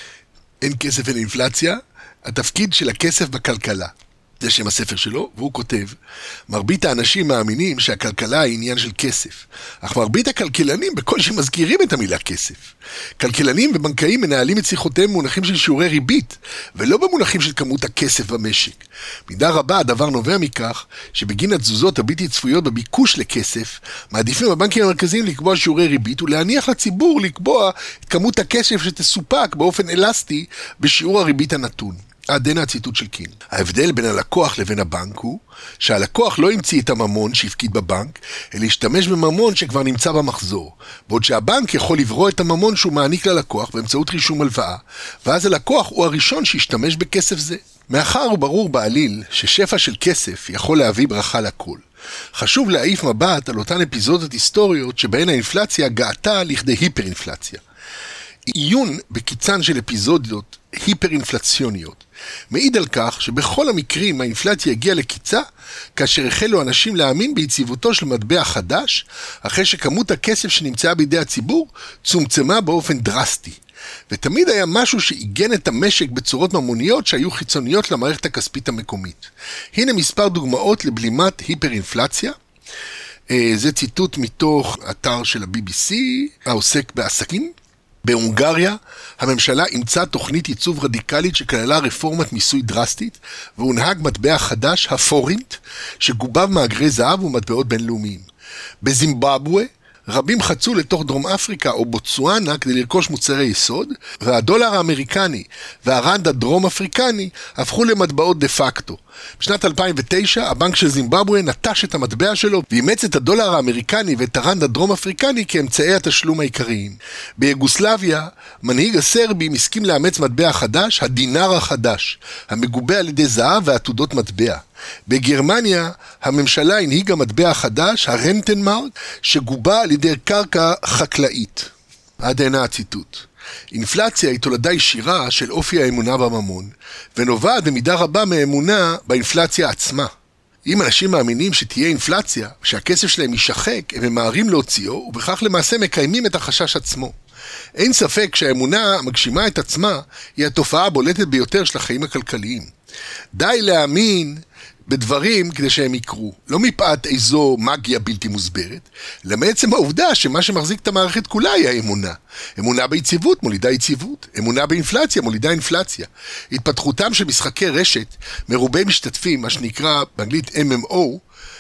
אין כסף אין אינפלציה, התפקיד של הכסף בכלכלה. זה שם הספר שלו, והוא כותב, מרבית האנשים מאמינים שהכלכלה היא עניין של כסף, אך מרבית הכלכלנים בקושי מזכירים את המילה כסף. כלכלנים ובנקאים מנהלים את שיחותיהם במונחים של שיעורי ריבית, ולא במונחים של כמות הכסף במשק. מידה רבה הדבר נובע מכך, שבגין התזוזות הבלתי צפויות בביקוש לכסף, מעדיפים הבנקים המרכזיים לקבוע שיעורי ריבית, ולהניח לציבור לקבוע את כמות הכסף שתסופק באופן אלסטי בשיעור הריבית הנתון. עד הנה הציטוט של קינג. ההבדל בין הלקוח לבין הבנק הוא שהלקוח לא המציא את הממון שהפקיד בבנק, אלא להשתמש בממון שכבר נמצא במחזור, בעוד שהבנק יכול לברוא את הממון שהוא מעניק ללקוח באמצעות רישום הלוואה, ואז הלקוח הוא הראשון שישתמש בכסף זה. מאחר וברור בעליל ששפע של כסף יכול להביא ברכה לכל, חשוב להעיף מבט על אותן אפיזודות היסטוריות שבהן האינפלציה געתה לכדי היפר-אינפלציה. עיון בקיצן של אפיזודיות היפר-אינפלציוניות מעיד על כך שבכל המקרים האינפלציה הגיעה לקיצה כאשר החלו אנשים להאמין ביציבותו של מטבע חדש אחרי שכמות הכסף שנמצאה בידי הציבור צומצמה באופן דרסטי. ותמיד היה משהו שעיגן את המשק בצורות ממוניות שהיו חיצוניות למערכת הכספית המקומית. הנה מספר דוגמאות לבלימת היפר-אינפלציה. זה ציטוט מתוך אתר של ה-בי בי סי העוסק בעסקים. בהונגריה, הממשלה אימצה תוכנית ייצוב רדיקלית שכללה רפורמת מיסוי דרסטית, והונהג מטבע חדש, הפורינט, שגובב מאגרי זהב ומטבעות בינלאומיים. בזימבבואה, רבים חצו לתוך דרום אפריקה או בוצואנה כדי לרכוש מוצרי יסוד, והדולר האמריקני והרנד הדרום אפריקני הפכו למטבעות דה פקטו. בשנת אלפיים ותשע הבנק של זימבבואה נטש את המטבע שלו ואימץ את הדולר האמריקני ואת הרנד הדרום אפריקני כאמצעי התשלום העיקריים. ביוגוסלביה מנהיג הסרבים הסכים לאמץ מטבע חדש, הדינר החדש, המגובה על ידי זהב ועתודות מטבע. בגרמניה הממשלה הנהיגה מטבע חדש, הרנטנמרק, שגובה על ידי קרקע חקלאית. עד הנה הציטוט. אינפלציה היא תולדה ישירה של אופי האמונה בממון, ונובעת במידה רבה מאמונה באינפלציה עצמה. אם אנשים מאמינים שתהיה אינפלציה, שהכסף שלהם יישחק, הם ממהרים להוציאו, ובכך למעשה מקיימים את החשש עצמו. אין ספק שהאמונה המגשימה את עצמה היא התופעה הבולטת ביותר של החיים הכלכליים. די להאמין בדברים כדי שהם יקרו, לא מפאת איזו מגיה בלתי מוסברת, אלא מעצם העובדה שמה שמחזיק את המערכת כולה היא האמונה. אמונה ביציבות מולידה יציבות, אמונה באינפלציה מולידה אינפלציה. התפתחותם של משחקי רשת מרובי משתתפים, מה שנקרא באנגלית אם אם או,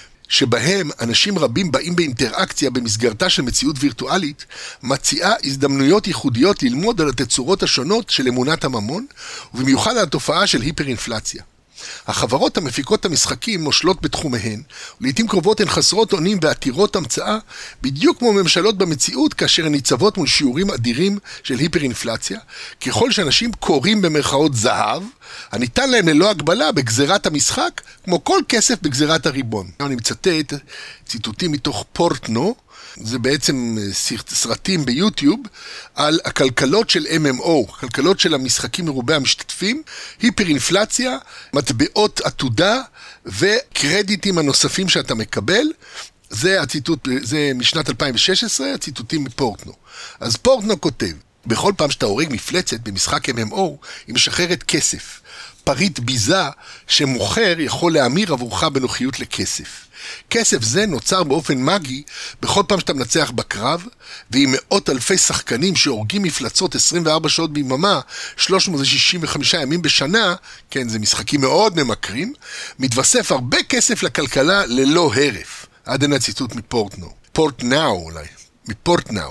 שבהם אנשים רבים באים באינטראקציה במסגרתה של מציאות וירטואלית, מציעה הזדמנויות ייחודיות ללמוד על התצורות השונות של אמונת הממון, ובמיוחד על התופעה של היפר-אינפלציה. החברות המפיקות את המשחקים מושלות בתחומיהן, ולעיתים קרובות הן חסרות אונים ועתירות המצאה, בדיוק כמו ממשלות במציאות כאשר הן ניצבות מול שיעורים אדירים של היפר-אינפלציה, ככל שאנשים קוראים במרכאות זהב, הניתן להם ללא הגבלה בגזירת המשחק, כמו כל כסף בגזירת הריבון. אני מצטט ציטוטים מתוך פורטנו, זה בעצם סרטים ביוטיוב על הכלכלות של אם אם או, כלכלות של המשחקים מרובי המשתתפים, היפר-אינפלציה, מטבעות עתודה וקרדיטים הנוספים שאתה מקבל. זה הציטוט, זה משנת אלפיים ושש עשרה, הציטוטים מפורטנו. אז פורטנו כותב, בכל פעם שאתה הורג מפלצת במשחק אם אם או, היא משחררת כסף. פריט ביזה שמוכר יכול להמיר עבורך בנוחיות לכסף. כסף זה נוצר באופן מגי בכל פעם שאתה מנצח בקרב, ועם מאות אלפי שחקנים שהורגים מפלצות עשרים וארבע שעות ביממה, שלוש מאות שישים וחמישה ימים בשנה, כן, זה משחקים מאוד ממכרים, מתווסף הרבה כסף לכלכלה ללא הרף. עד הנה ציטוט מפורטנו. פורטנאו אולי, מפורטנאו.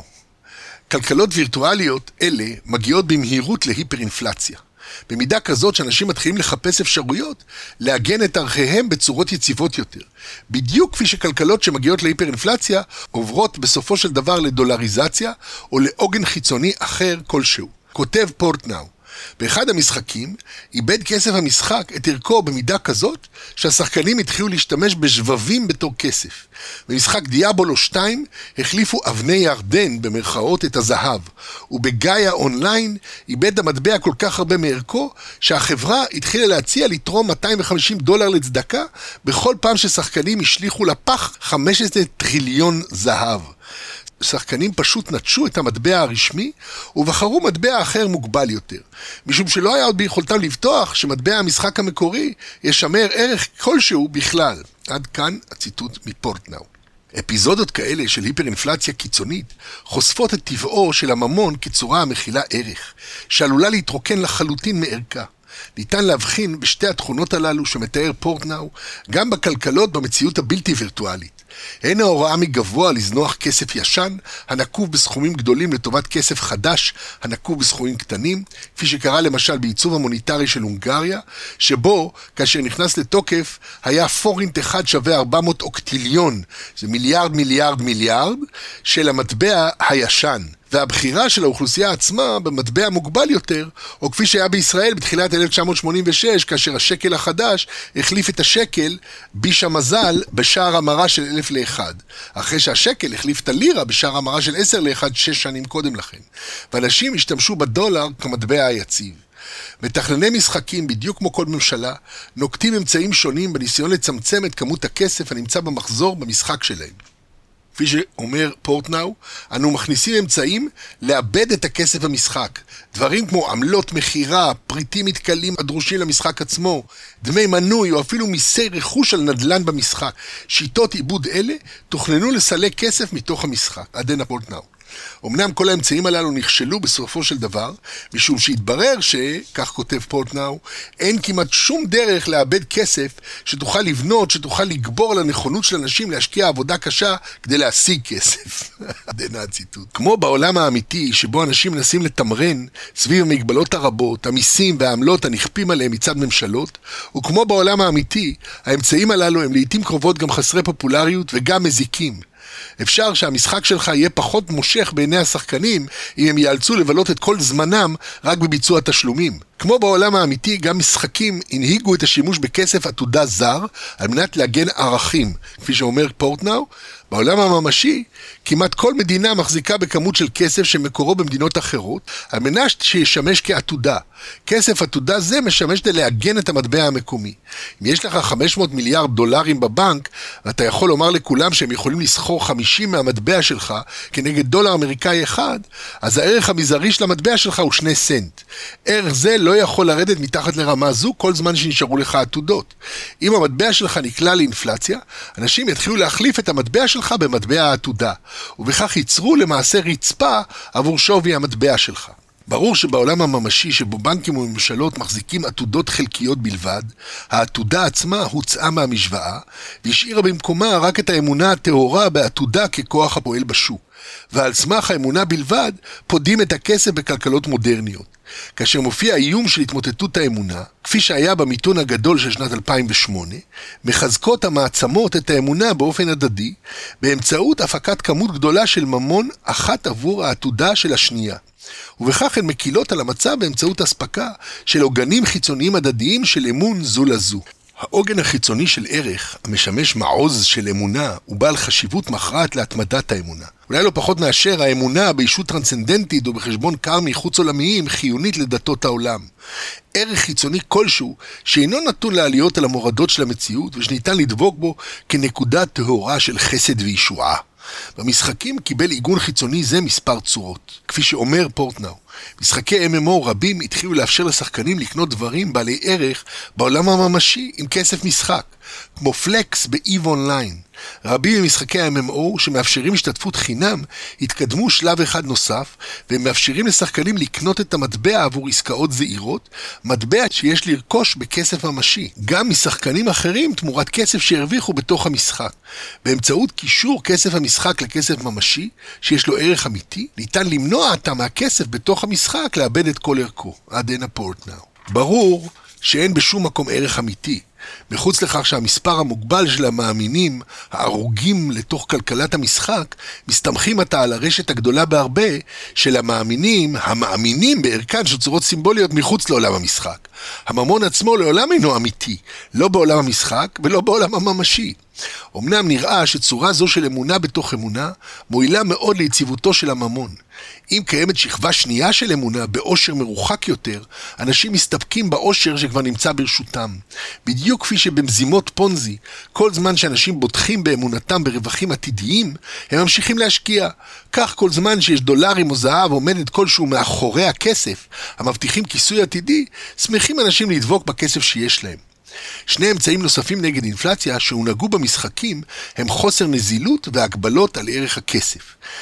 כלכלות וירטואליות אלה מגיעות במהירות להיפר-אינפלציה. במידה כזאת שאנשים מתחילים לחפש אפשרויות להגן את ערכיהם בצורות יציבות יותר. בדיוק כפי שכלכלות שמגיעות להיפר-אינפלציה עוברות בסופו של דבר לדולריזציה או לעוגן חיצוני אחר כלשהו. כותב פורטנאו, באחד המשחקים איבד כסף המשחק את ערכו במידה כזאת שהשחקנים התחילו להשתמש בשבבים בתור כסף. במשחק דיאבולו שתיים החליפו אבני ירדן במרכאות את הזהב, ובגאיה אונליין איבד המטבע כל כך הרבה מערכו שהחברה התחילה להציע לתרום מאתיים וחמישים דולר לצדקה בכל פעם ששחקנים השליחו לפח חמישה עשר טריליון זהב. שחקנים פשוט נטשו את המטבע הרשמי ובחרו מטבע אחר מוגבל יותר, משום שלא היה עוד ביכולתם לבטוח שמטבע המשחק המקורי ישמר ערך כלשהו בכלל. עד כאן הציטוט מפורטנאו. אפיזודות כאלה של היפר-אינפלציה קיצונית חושפות את טבעו של הממון כצורה המכילה ערך, שעלולה להתרוקן לחלוטין מערכה. ניתן להבחין בשתי התכונות הללו שמתאר פורטנאו גם בכלכלות במציאות הבלתי וירטואלית. הן ההוראה מגבוה לזנוח כסף ישן, הנקוב בסכומים גדולים לטובת כסף חדש, הנקוב בסכומים קטנים, כפי שקרה למשל בעיצוב המוניטרי של הונגריה, שבו, כאשר נכנס לתוקף, היה פורינט אחד שווה ארבע מאות אוקטיליון, זה מיליארד מיליארד מיליארד, של המטבע הישן. והבחירה של האוכלוסייה עצמה במטבע מוגבל יותר, או כפי שהיה בישראל בתחילת אלף תשע מאות שמונים ושש, כאשר השקל החדש החליף את השקל ביש המזל בשער המרה של אלף לאחד, אחרי שהשקל החליף את הלירה בשער המרה של עשר לאחד שש שנים קודם לכן, ואנשים השתמשו בדולר כמטבע היציב. מתכנני משחקים, בדיוק כמו כל ממשלה, נוקטים אמצעים שונים בניסיון לצמצם את כמות הכסף הנמצא במחזור במשחק שלהם. כפי שאומר פורטנאו, אנו מכניסים אמצעים לאבד את הכסף במשחק. דברים כמו עמלות מחירה, פריטים מתקלים הדרושים למשחק עצמו, דמי מנוי או אפילו מיסי רכוש על נדל"ן במשחק. שיטות עיבוד אלה תוכננו לסלק כסף מתוך המשחק. עד הנה פורטנאו. אמנם כל האמצעים הללו נכשלו בסופו של דבר, משום שהתברר ש, כך כותב פורטנאו, אין כמעט שום דרך לאבד כסף שתוכל לבנות, שתוכל לגבור על הנכונות של אנשים להשקיע עבודה קשה כדי להשיג כסף. דנה הציטוט. כמו בעולם האמיתי שבו אנשים מנסים לתמרן סביב המגבלות הרבות, המיסים והעמלות הנכפים עליהם מצד ממשלות, וכמו בעולם האמיתי, האמצעים הללו הם לעתים קרובות גם חסרי פופולריות וגם מזיקים. אפשר שהמשחק שלך יהיה פחות מושך בעיני השחקנים אם הם יאלצו לבלות את כל זמנם רק בביצוע תשלומים. כמו בעולם האמיתי, גם משחקים הנהיגו את השימוש בכסף עתודה זר על מנת להגן ערכים. כפי שאומר פורטנאו, בעולם הממשי, כמעט כל מדינה מחזיקה בכמות של כסף שמקורו במדינות אחרות, על מנת שישמש כעתודה. כסף עתודה זה משמש כדי להגן את המטבע המקומי. אם יש לך חמש מאות מיליארד דולרים בבנק, ואתה יכול לומר לכולם שהם יכולים לסחור חמישים מהמטבע שלך כנגד דולר אמריקאי אחד, אז הערך המזערי של המטבע שלך הוא שני סנט. ערך זה לא יכול לרדת מתחת לרמה זו כל זמן שנשארו לך עתודות. אם המטבע שלך נקלע לאינפלציה, אנשים יתחילו להחליף את המטבע שלך במטבע העתודה, ובכך ייצרו למעשה רצפה עבור שווי המטבע שלך. ברור שבעולם הממשי שבו בנקים וממשלות מחזיקים עתודות חלקיות בלבד, העתודה עצמה הוצאה מהמשוואה, והשאירה במקומה רק את האמונה הטהורה בעתודה ככוח הפועל בשוק. ועל סמך האמונה בלבד פודים את הכסף בכלכלות מודרניות. כאשר מופיע האיום של התמוטטות האמונה, כפי שהיה במיתון הגדול של שנת אלפיים ושמונה, מחזקות המעצמות את האמונה באופן הדדי, באמצעות הפקת כמות גדולה של ממון אחת עבור העתודה של השנייה. ובכך הן מקילות על המצב באמצעות הספקה של עוגנים חיצוניים הדדיים של אמון זו לזו. העוגן החיצוני של ערך, המשמש מעוז של אמונה, הוא בעל חשיבות מכרעת להתמדת האמונה. אולי לא פחות מאשר האמונה בישות טרנסצנדנטית או בחשבון קרמי חוץ עולמיים חיונית לדתות העולם. ערך חיצוני כלשהו שאינו נתון לעליות על המורדות של המציאות ושניתן לדבוק בו כנקודה טהורה של חסד וישועה. במשחקים קיבל עיגון חיצוני זה מספר צורות. כפי שאומר פורטנאו, משחקי אם אם או רבים התחילו לאפשר לשחקנים לקנות דברים בעלי ערך בעולם הממשי עם כסף משחק, כמו פלקס ב-איב אונליין. רבים ממשחקי ה-אם אם או שמאפשרים השתתפות חינם התקדמו שלב אחד נוסף, והם מאפשרים לשחקנים לקנות את המטבע עבור עסקאות זעירות, מטבע שיש לרכוש בכסף ממשי, גם משחקנים אחרים תמורת כסף שהרוויחו בתוך המשחק. באמצעות קישור כסף המשחק לכסף ממשי, שיש לו ערך אמיתי, ניתן למנוע אותה מהכסף בתוך המשחק לאבד את כל ערכו. עד הנה פורטנאו. ברור שאין בשום מקום ערך אמיתי, מחוץ לכך שהמספר המוגבל של המאמינים, ההרוגים לתוך כלכלת המשחק, מסתמכים עתה על הרשת הגדולה בהרבה של המאמינים, המאמינים בערכן של צורות סימבוליות מחוץ לעולם המשחק. הממון עצמו לעולם אינו אמיתי, לא בעולם המשחק ולא בעולם הממשי. אמנם נראה שצורה זו של אמונה בתוך אמונה מועילה מאוד ליציבותו של הממון. אם קיימת שכבה שנייה של אמונה באושר מרוחק יותר, אנשים מסתפקים באושר שכבר נמצא ברשותם. בדיוק כפי שבמזימות פונזי, כל זמן שאנשים בוטחים באמונתם ברווחים עתידיים, הם ממשיכים להשקיע. כך כל זמן שיש דולרים או זהב עומדת כלשהו מאחורי הכסף, המבטיחים כיסוי עתידי, שמחים אנשים לדבוק בכסף שיש להם. שני אמצעים נוספים נגד אינפלציה שהונהגו במשחקים הם חוסר נזילות והגבלות על ערך הכסף.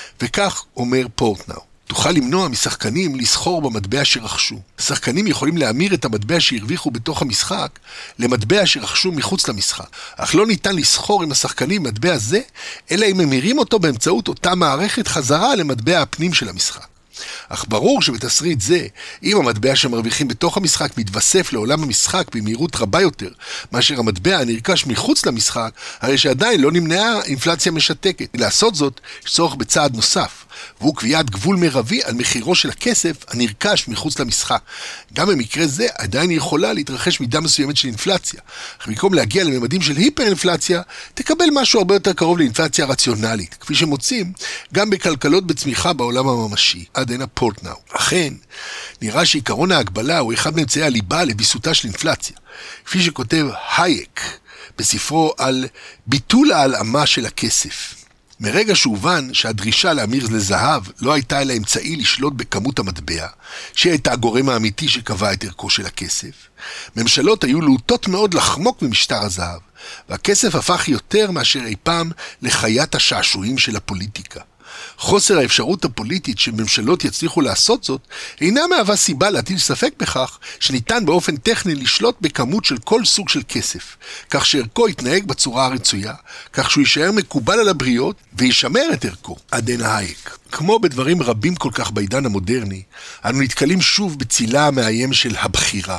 וכך אומר פורטנאו, תוכל למנוע משחקנים לסחור במטבע שרכשו. שחקנים יכולים להמיר את המטבע שהרוויחו בתוך המשחק למטבע שרכשו מחוץ למשחק. אך לא ניתן לסחור עם השחקנים מטבע זה, אלא אם ממירים אותו באמצעות אותה מערכת חזרה למטבע הפנים של המשחק. אך ברור שבתסריט זה, אם המטבע שמרוויחים בתוך המשחק מתווסף לעולם המשחק במהירות רבה יותר מאשר המטבע הנרכש מחוץ למשחק, הרי שעדיין לא נמנעה אינפלציה משתקת. לעשות זאת יש צורך בצעד נוסף, והוא קביעת גבול מרבי על מחירו של הכסף הנרכש מחוץ למשחק. גם במקרה זה עדיין יכולה להתרחש מידה מסוימת של אינפלציה, אך במקום להגיע לממדים של היפר-אינפלציה, תקבל משהו הרבה יותר קרוב לאינפלציה רציונלית, כפי שמוצאים גם בכלכלות בצמיחה בעולם הממשי. עד הנה פורטנאו. אכן, נראה שעיקרון ההגבלה הוא אחד מאמצעי הליבה לביסותה של אינפלציה, כפי שכותב הייק בספרו על ביטול ההלאמה של הכסף. מרגע שהובן שהדרישה להמיר לזהב לא הייתה אלא אמצעי לשלוט בכמות המטבע, שהייתה הגורם האמיתי שקבע את ערכו של הכסף, ממשלות היו להוטות מאוד לחמוק ממשטר הזהב, והכסף הפך יותר מאשר אי פעם לחיית השעשועים של הפוליטיקה. חוסר האפשרות הפוליטית שממשלות יצליחו לעשות זאת, אינה מהווה סיבה להטיל ספק בכך שניתן באופן טכני לשלוט בכמות של כל סוג של כסף, כך שערכו יתנהג בצורה הרצויה, כך שהוא יישאר מקובל על הבריות וישמר את ערכו. עד הנה הייק. כמו בדברים רבים כל כך בעידן המודרני, אנו נתקלים שוב בצילה המאיים של הבחירה.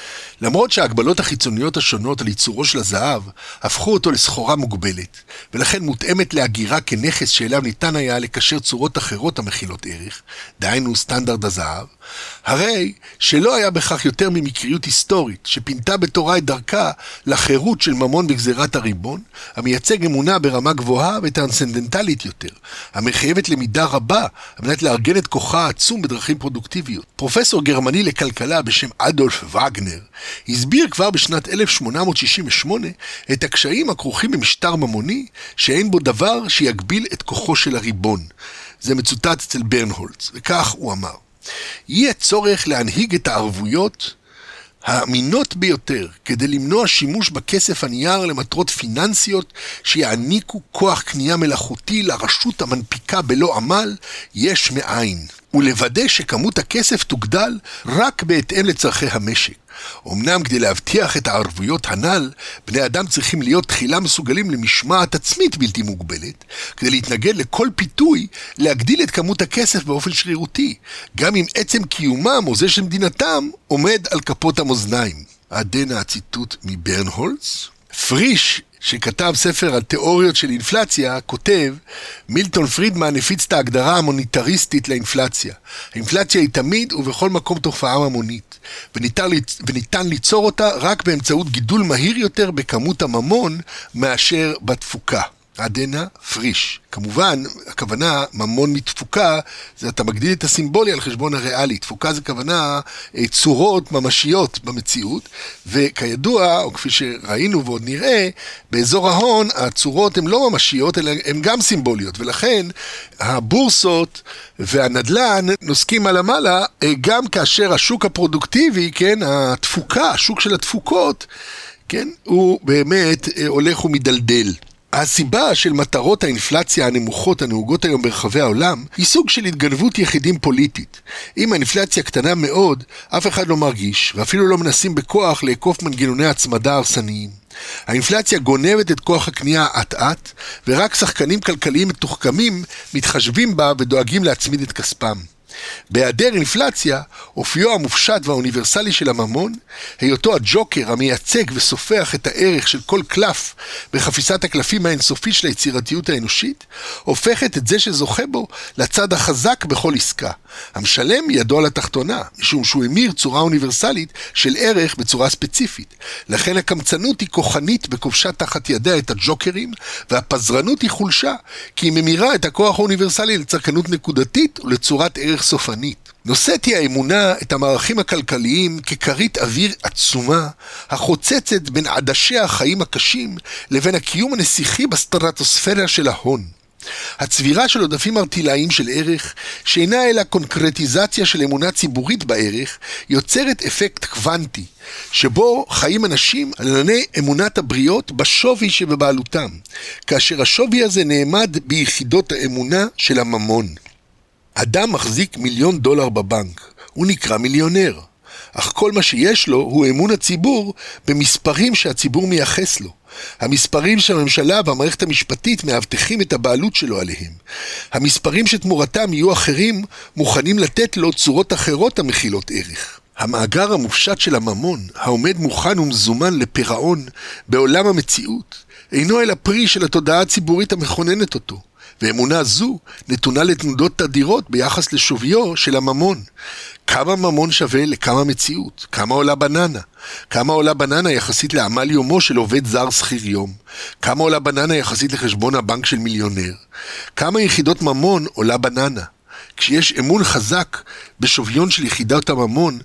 למרות שההגבלות החיצוניות השונות על ייצורו של הזהב הפכו אותו לסחורה מוגבלת, ולכן מותאמת להגירה כנכס שאליו ניתן היה לקשר צורות אחרות המכילות ערך, דהיינו סטנדרט הזהב, הרי שלא היה בכך יותר ממקריות היסטורית, שפינתה בתורה את דרכה לחירות של ממון בגזירת הריבון, המייצג אמונה ברמה גבוהה וטרנסצנדנטלית יותר, המחייבת למידה רבה, על מנת לארגן את כוחה העצום בדרכים פרודוקטיביות. פרופסור גרמני לכלכלה בשם אדולף וגנר, הסביר כבר בשנת אלף שמונה מאות שישים ושמונה את הקשיים הכרוכים במשטר ממוני שאין בו דבר שיגביל את כוחו של הריבון. זה מצוטט אצל ברנהולץ, וכך הוא אמר: יהיה צורך להנהיג את הערבויות האמינות ביותר כדי למנוע שימוש בכסף הנייר למטרות פיננסיות שיעניקו כוח קנייה מלאכותי לרשות המנפיקה בלא עמל יש מאין, ולוודא שכמות הכסף תוגדל רק בהתאם לצרכי המשק. אמנם כדי להבטיח את הערבויות הנ"ל, בני אדם צריכים להיות תחילה מסוגלים למשמעת עצמית בלתי מוגבלת, כדי להתנגד לכל פיתוי להגדיל את כמות הכסף באופן שרירותי, גם אם עצם קיומם או זה של מדינתם עומד על כפות המאזניים. עד הנה הציטוט מברנהולץ. פריש שכתב ספר על תיאוריות של אינפלציה, כותב, מילטון פרידמן הפיץ את ההגדרה המוניטריסטית לאינפלציה. האינפלציה היא תמיד ובכל מקום תופעה ממונית, וניתן, וניתן ליצור אותה רק באמצעות גידול מהיר יותר בכמות הממון מאשר בתפוקה. עדנה פריש. כמובן, הכוונה ממון מתפוקה, זה אתה מגדיל את הסימבולי על חשבון הריאלי. תפוקה זה כוונה צורות ממשיות במציאות, וכידוע, או כפי שראינו ועוד נראה, באזור ההון הצורות הן לא ממשיות, אלא הן גם סימבוליות, ולכן הבורסות והנדלן נוסקים על המעלה, גם כאשר השוק הפרודוקטיבי, כן, התפוקה, השוק של התפוקות, כן, הוא באמת הולך ומדלדל. הסיבה של מטרות האינפלציה הנמוכות הנהוגות היום ברחבי העולם היא סוג של התגנבות יחידים פוליטית. אם האינפלציה קטנה מאוד, אף אחד לא מרגיש, ואפילו לא מנסים בכוח לעקוף מנגנוני הצמדה הרסניים. האינפלציה גונבת את כוח הקנייה עט-עט, ורק שחקנים כלכליים מתוחכמים מתחשבים בה ודואגים להצמיד את כספם. בהיעדר אינפלציה, אופיו המופשט והאוניברסלי של הממון, היותו הג'וקר המייצג וסופח את הערך של כל קלף בחפיסת הקלפים האינסופית של היצירתיות האנושית, הופכת את זה שזוכה בו לצד החזק בכל עסקה. המשלם ידו על התחתונה, משום שהוא המיר צורה אוניברסלית של ערך בצורה ספציפית. לכן הקמצנות היא כוחנית בכובשה תחת ידיה את הג'וקרים, והפזרנות היא חולשה, כי היא ממירה את הכוח האוניברסלי לצרכנות נקודתית ולצורת ערך סופנית. נושאתי האמונה את המערכים הכלכליים ככרית אוויר עצומה, החוצצת בין עדשי החיים הקשים לבין הקיום הנסיכי בסטרטוספירה של ההון. הצבירה של עודפים ארטילאיים של ערך, שאינה אלא קונקרטיזציה של אמונה ציבורית בערך, יוצרת אפקט קוונטי, שבו חיים אנשים על ענני אמונת הבריות בשווי שבבעלותם, כאשר השווי הזה נעמד ביחידות האמונה של הממון. אדם מחזיק מיליון דולר בבנק, הוא נקרא מיליונר, אך כל מה שיש לו הוא אמון הציבור במספרים שהציבור מייחס לו. המספרים שהממשלה והמערכת המשפטית מאבטחים את הבעלות שלו עליהם. המספרים שתמורתם יהיו אחרים מוכנים לתת לו צורות אחרות המכילות ערך. המאגר המופשט של הממון, העומד מוכן ומזומן לפירעון בעולם המציאות, אינו אלא פרי של התודעה הציבורית המכוננת אותו. ואמונה זו נתונה לתנודות תדירות ביחס לשוויו של הממון. כמה ממון שווה לכמה מציאות? כמה עולה בננה? כמה עולה בננה יחסית לעמל יומו של עובד זר שכיר יום? כמה עולה בננה יחסית לחשבון הבנק של מיליונר? כמה יחידות ממון עולה בננה? כשיש אמון חזק בשוויון של יחידות הממון,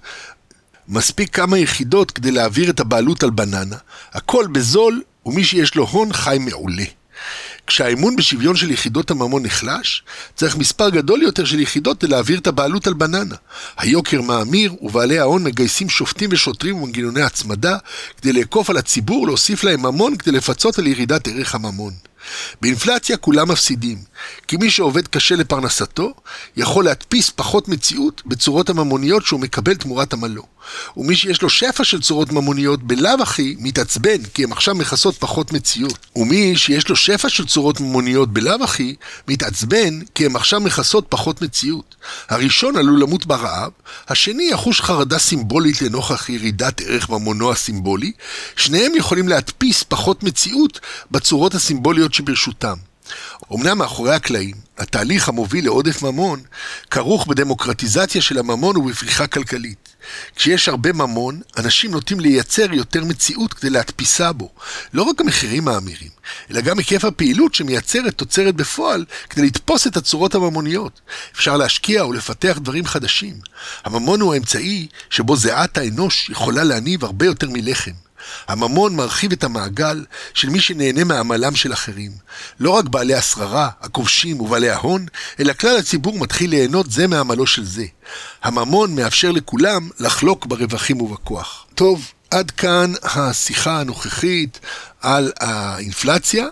מספיק כמה יחידות כדי להעביר את הבעלות על בננה. הכל בזול, ומי שיש לו הון חי מעולה. כשהאמון בשוויון של יחידות הממון נחלש, צריך מספר גדול יותר של יחידות להעביר את הבעלות על בננה. היוקר מאמיר ובעלי ההון מגייסים שופטים ושוטרים ומנגנוני הצמדה כדי לעקוף על הציבור, להוסיף להם ממון כדי לפצות על ירידת ערך הממון. באינפלציה כולם מפסידים, כי מי שעובד קשה לפרנסתו יכול להדפיס פחות מציאות בצורות הממוניות שהוא מקבל תמורת עמלו. ומי שיש לו שפע של צורות ממוניות בלאו הכי מתעצבן, כי הם עכשיו מכסות פחות מציאות. ומי שיש לו שפע של צורות ממוניות בלאו הכי מתעצבן, כי הם עכשיו מכסות פחות מציאות. הראשון עלול למות ברעב, השני יחוש חרדה סימבולית לנוכח ירידת ערך ממונו הסימבולי, שניהם יכולים להדפיס פחות מציאות בצורות הסימבוליות שברשותם. אמנם מאחורי הקלעים, התהליך המוביל לעודף ממון כרוך בדמוקרטיזציה של הממון ובפריחה כלכלית. כשיש הרבה ממון, אנשים נוטים לייצר יותר מציאות כדי להדפיסה בו. לא רק המחירים מאמירים, אלא גם היקף הפעילות שמייצרת תוצרת בפועל כדי לתפוס את הצורות הממוניות. אפשר להשקיע ולפתח דברים חדשים. הממון הוא האמצעי שבו זיעת האנוש יכולה להניב הרבה יותר מלחם. הממון מרחיב את המעגל של מי שנהנה מעמלם של אחרים. לא רק בעלי השררה, הכובשים ובעלי ההון, אלא כלל הציבור מתחיל ליהנות זה מעמלו של זה. הממון מאפשר לכולם לחלוק ברווחים ובכוח. טוב, עד כאן השיחה הנוכחית על האינפלציה,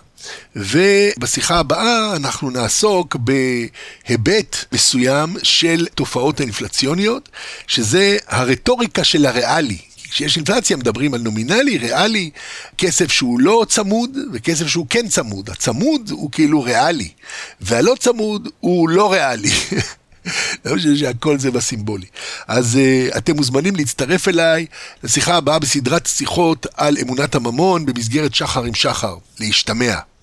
ובשיחה הבאה אנחנו נעסוק בהיבט מסוים של תופעות האינפלציוניות, שזה הרטוריקה של הריאלי. כשיש אינפלציה מדברים על נומינלי, ריאלי, כסף שהוא לא צמוד וכסף שהוא כן צמוד. הצמוד הוא כאילו ריאלי, והלא צמוד הוא לא ריאלי. אני חושב שהכל זה בסימבולי. אז uh, אתם מוזמנים להצטרף אליי לשיחה הבאה בסדרת שיחות על אמונת הממון במסגרת שחר עם שחר. להשתמע.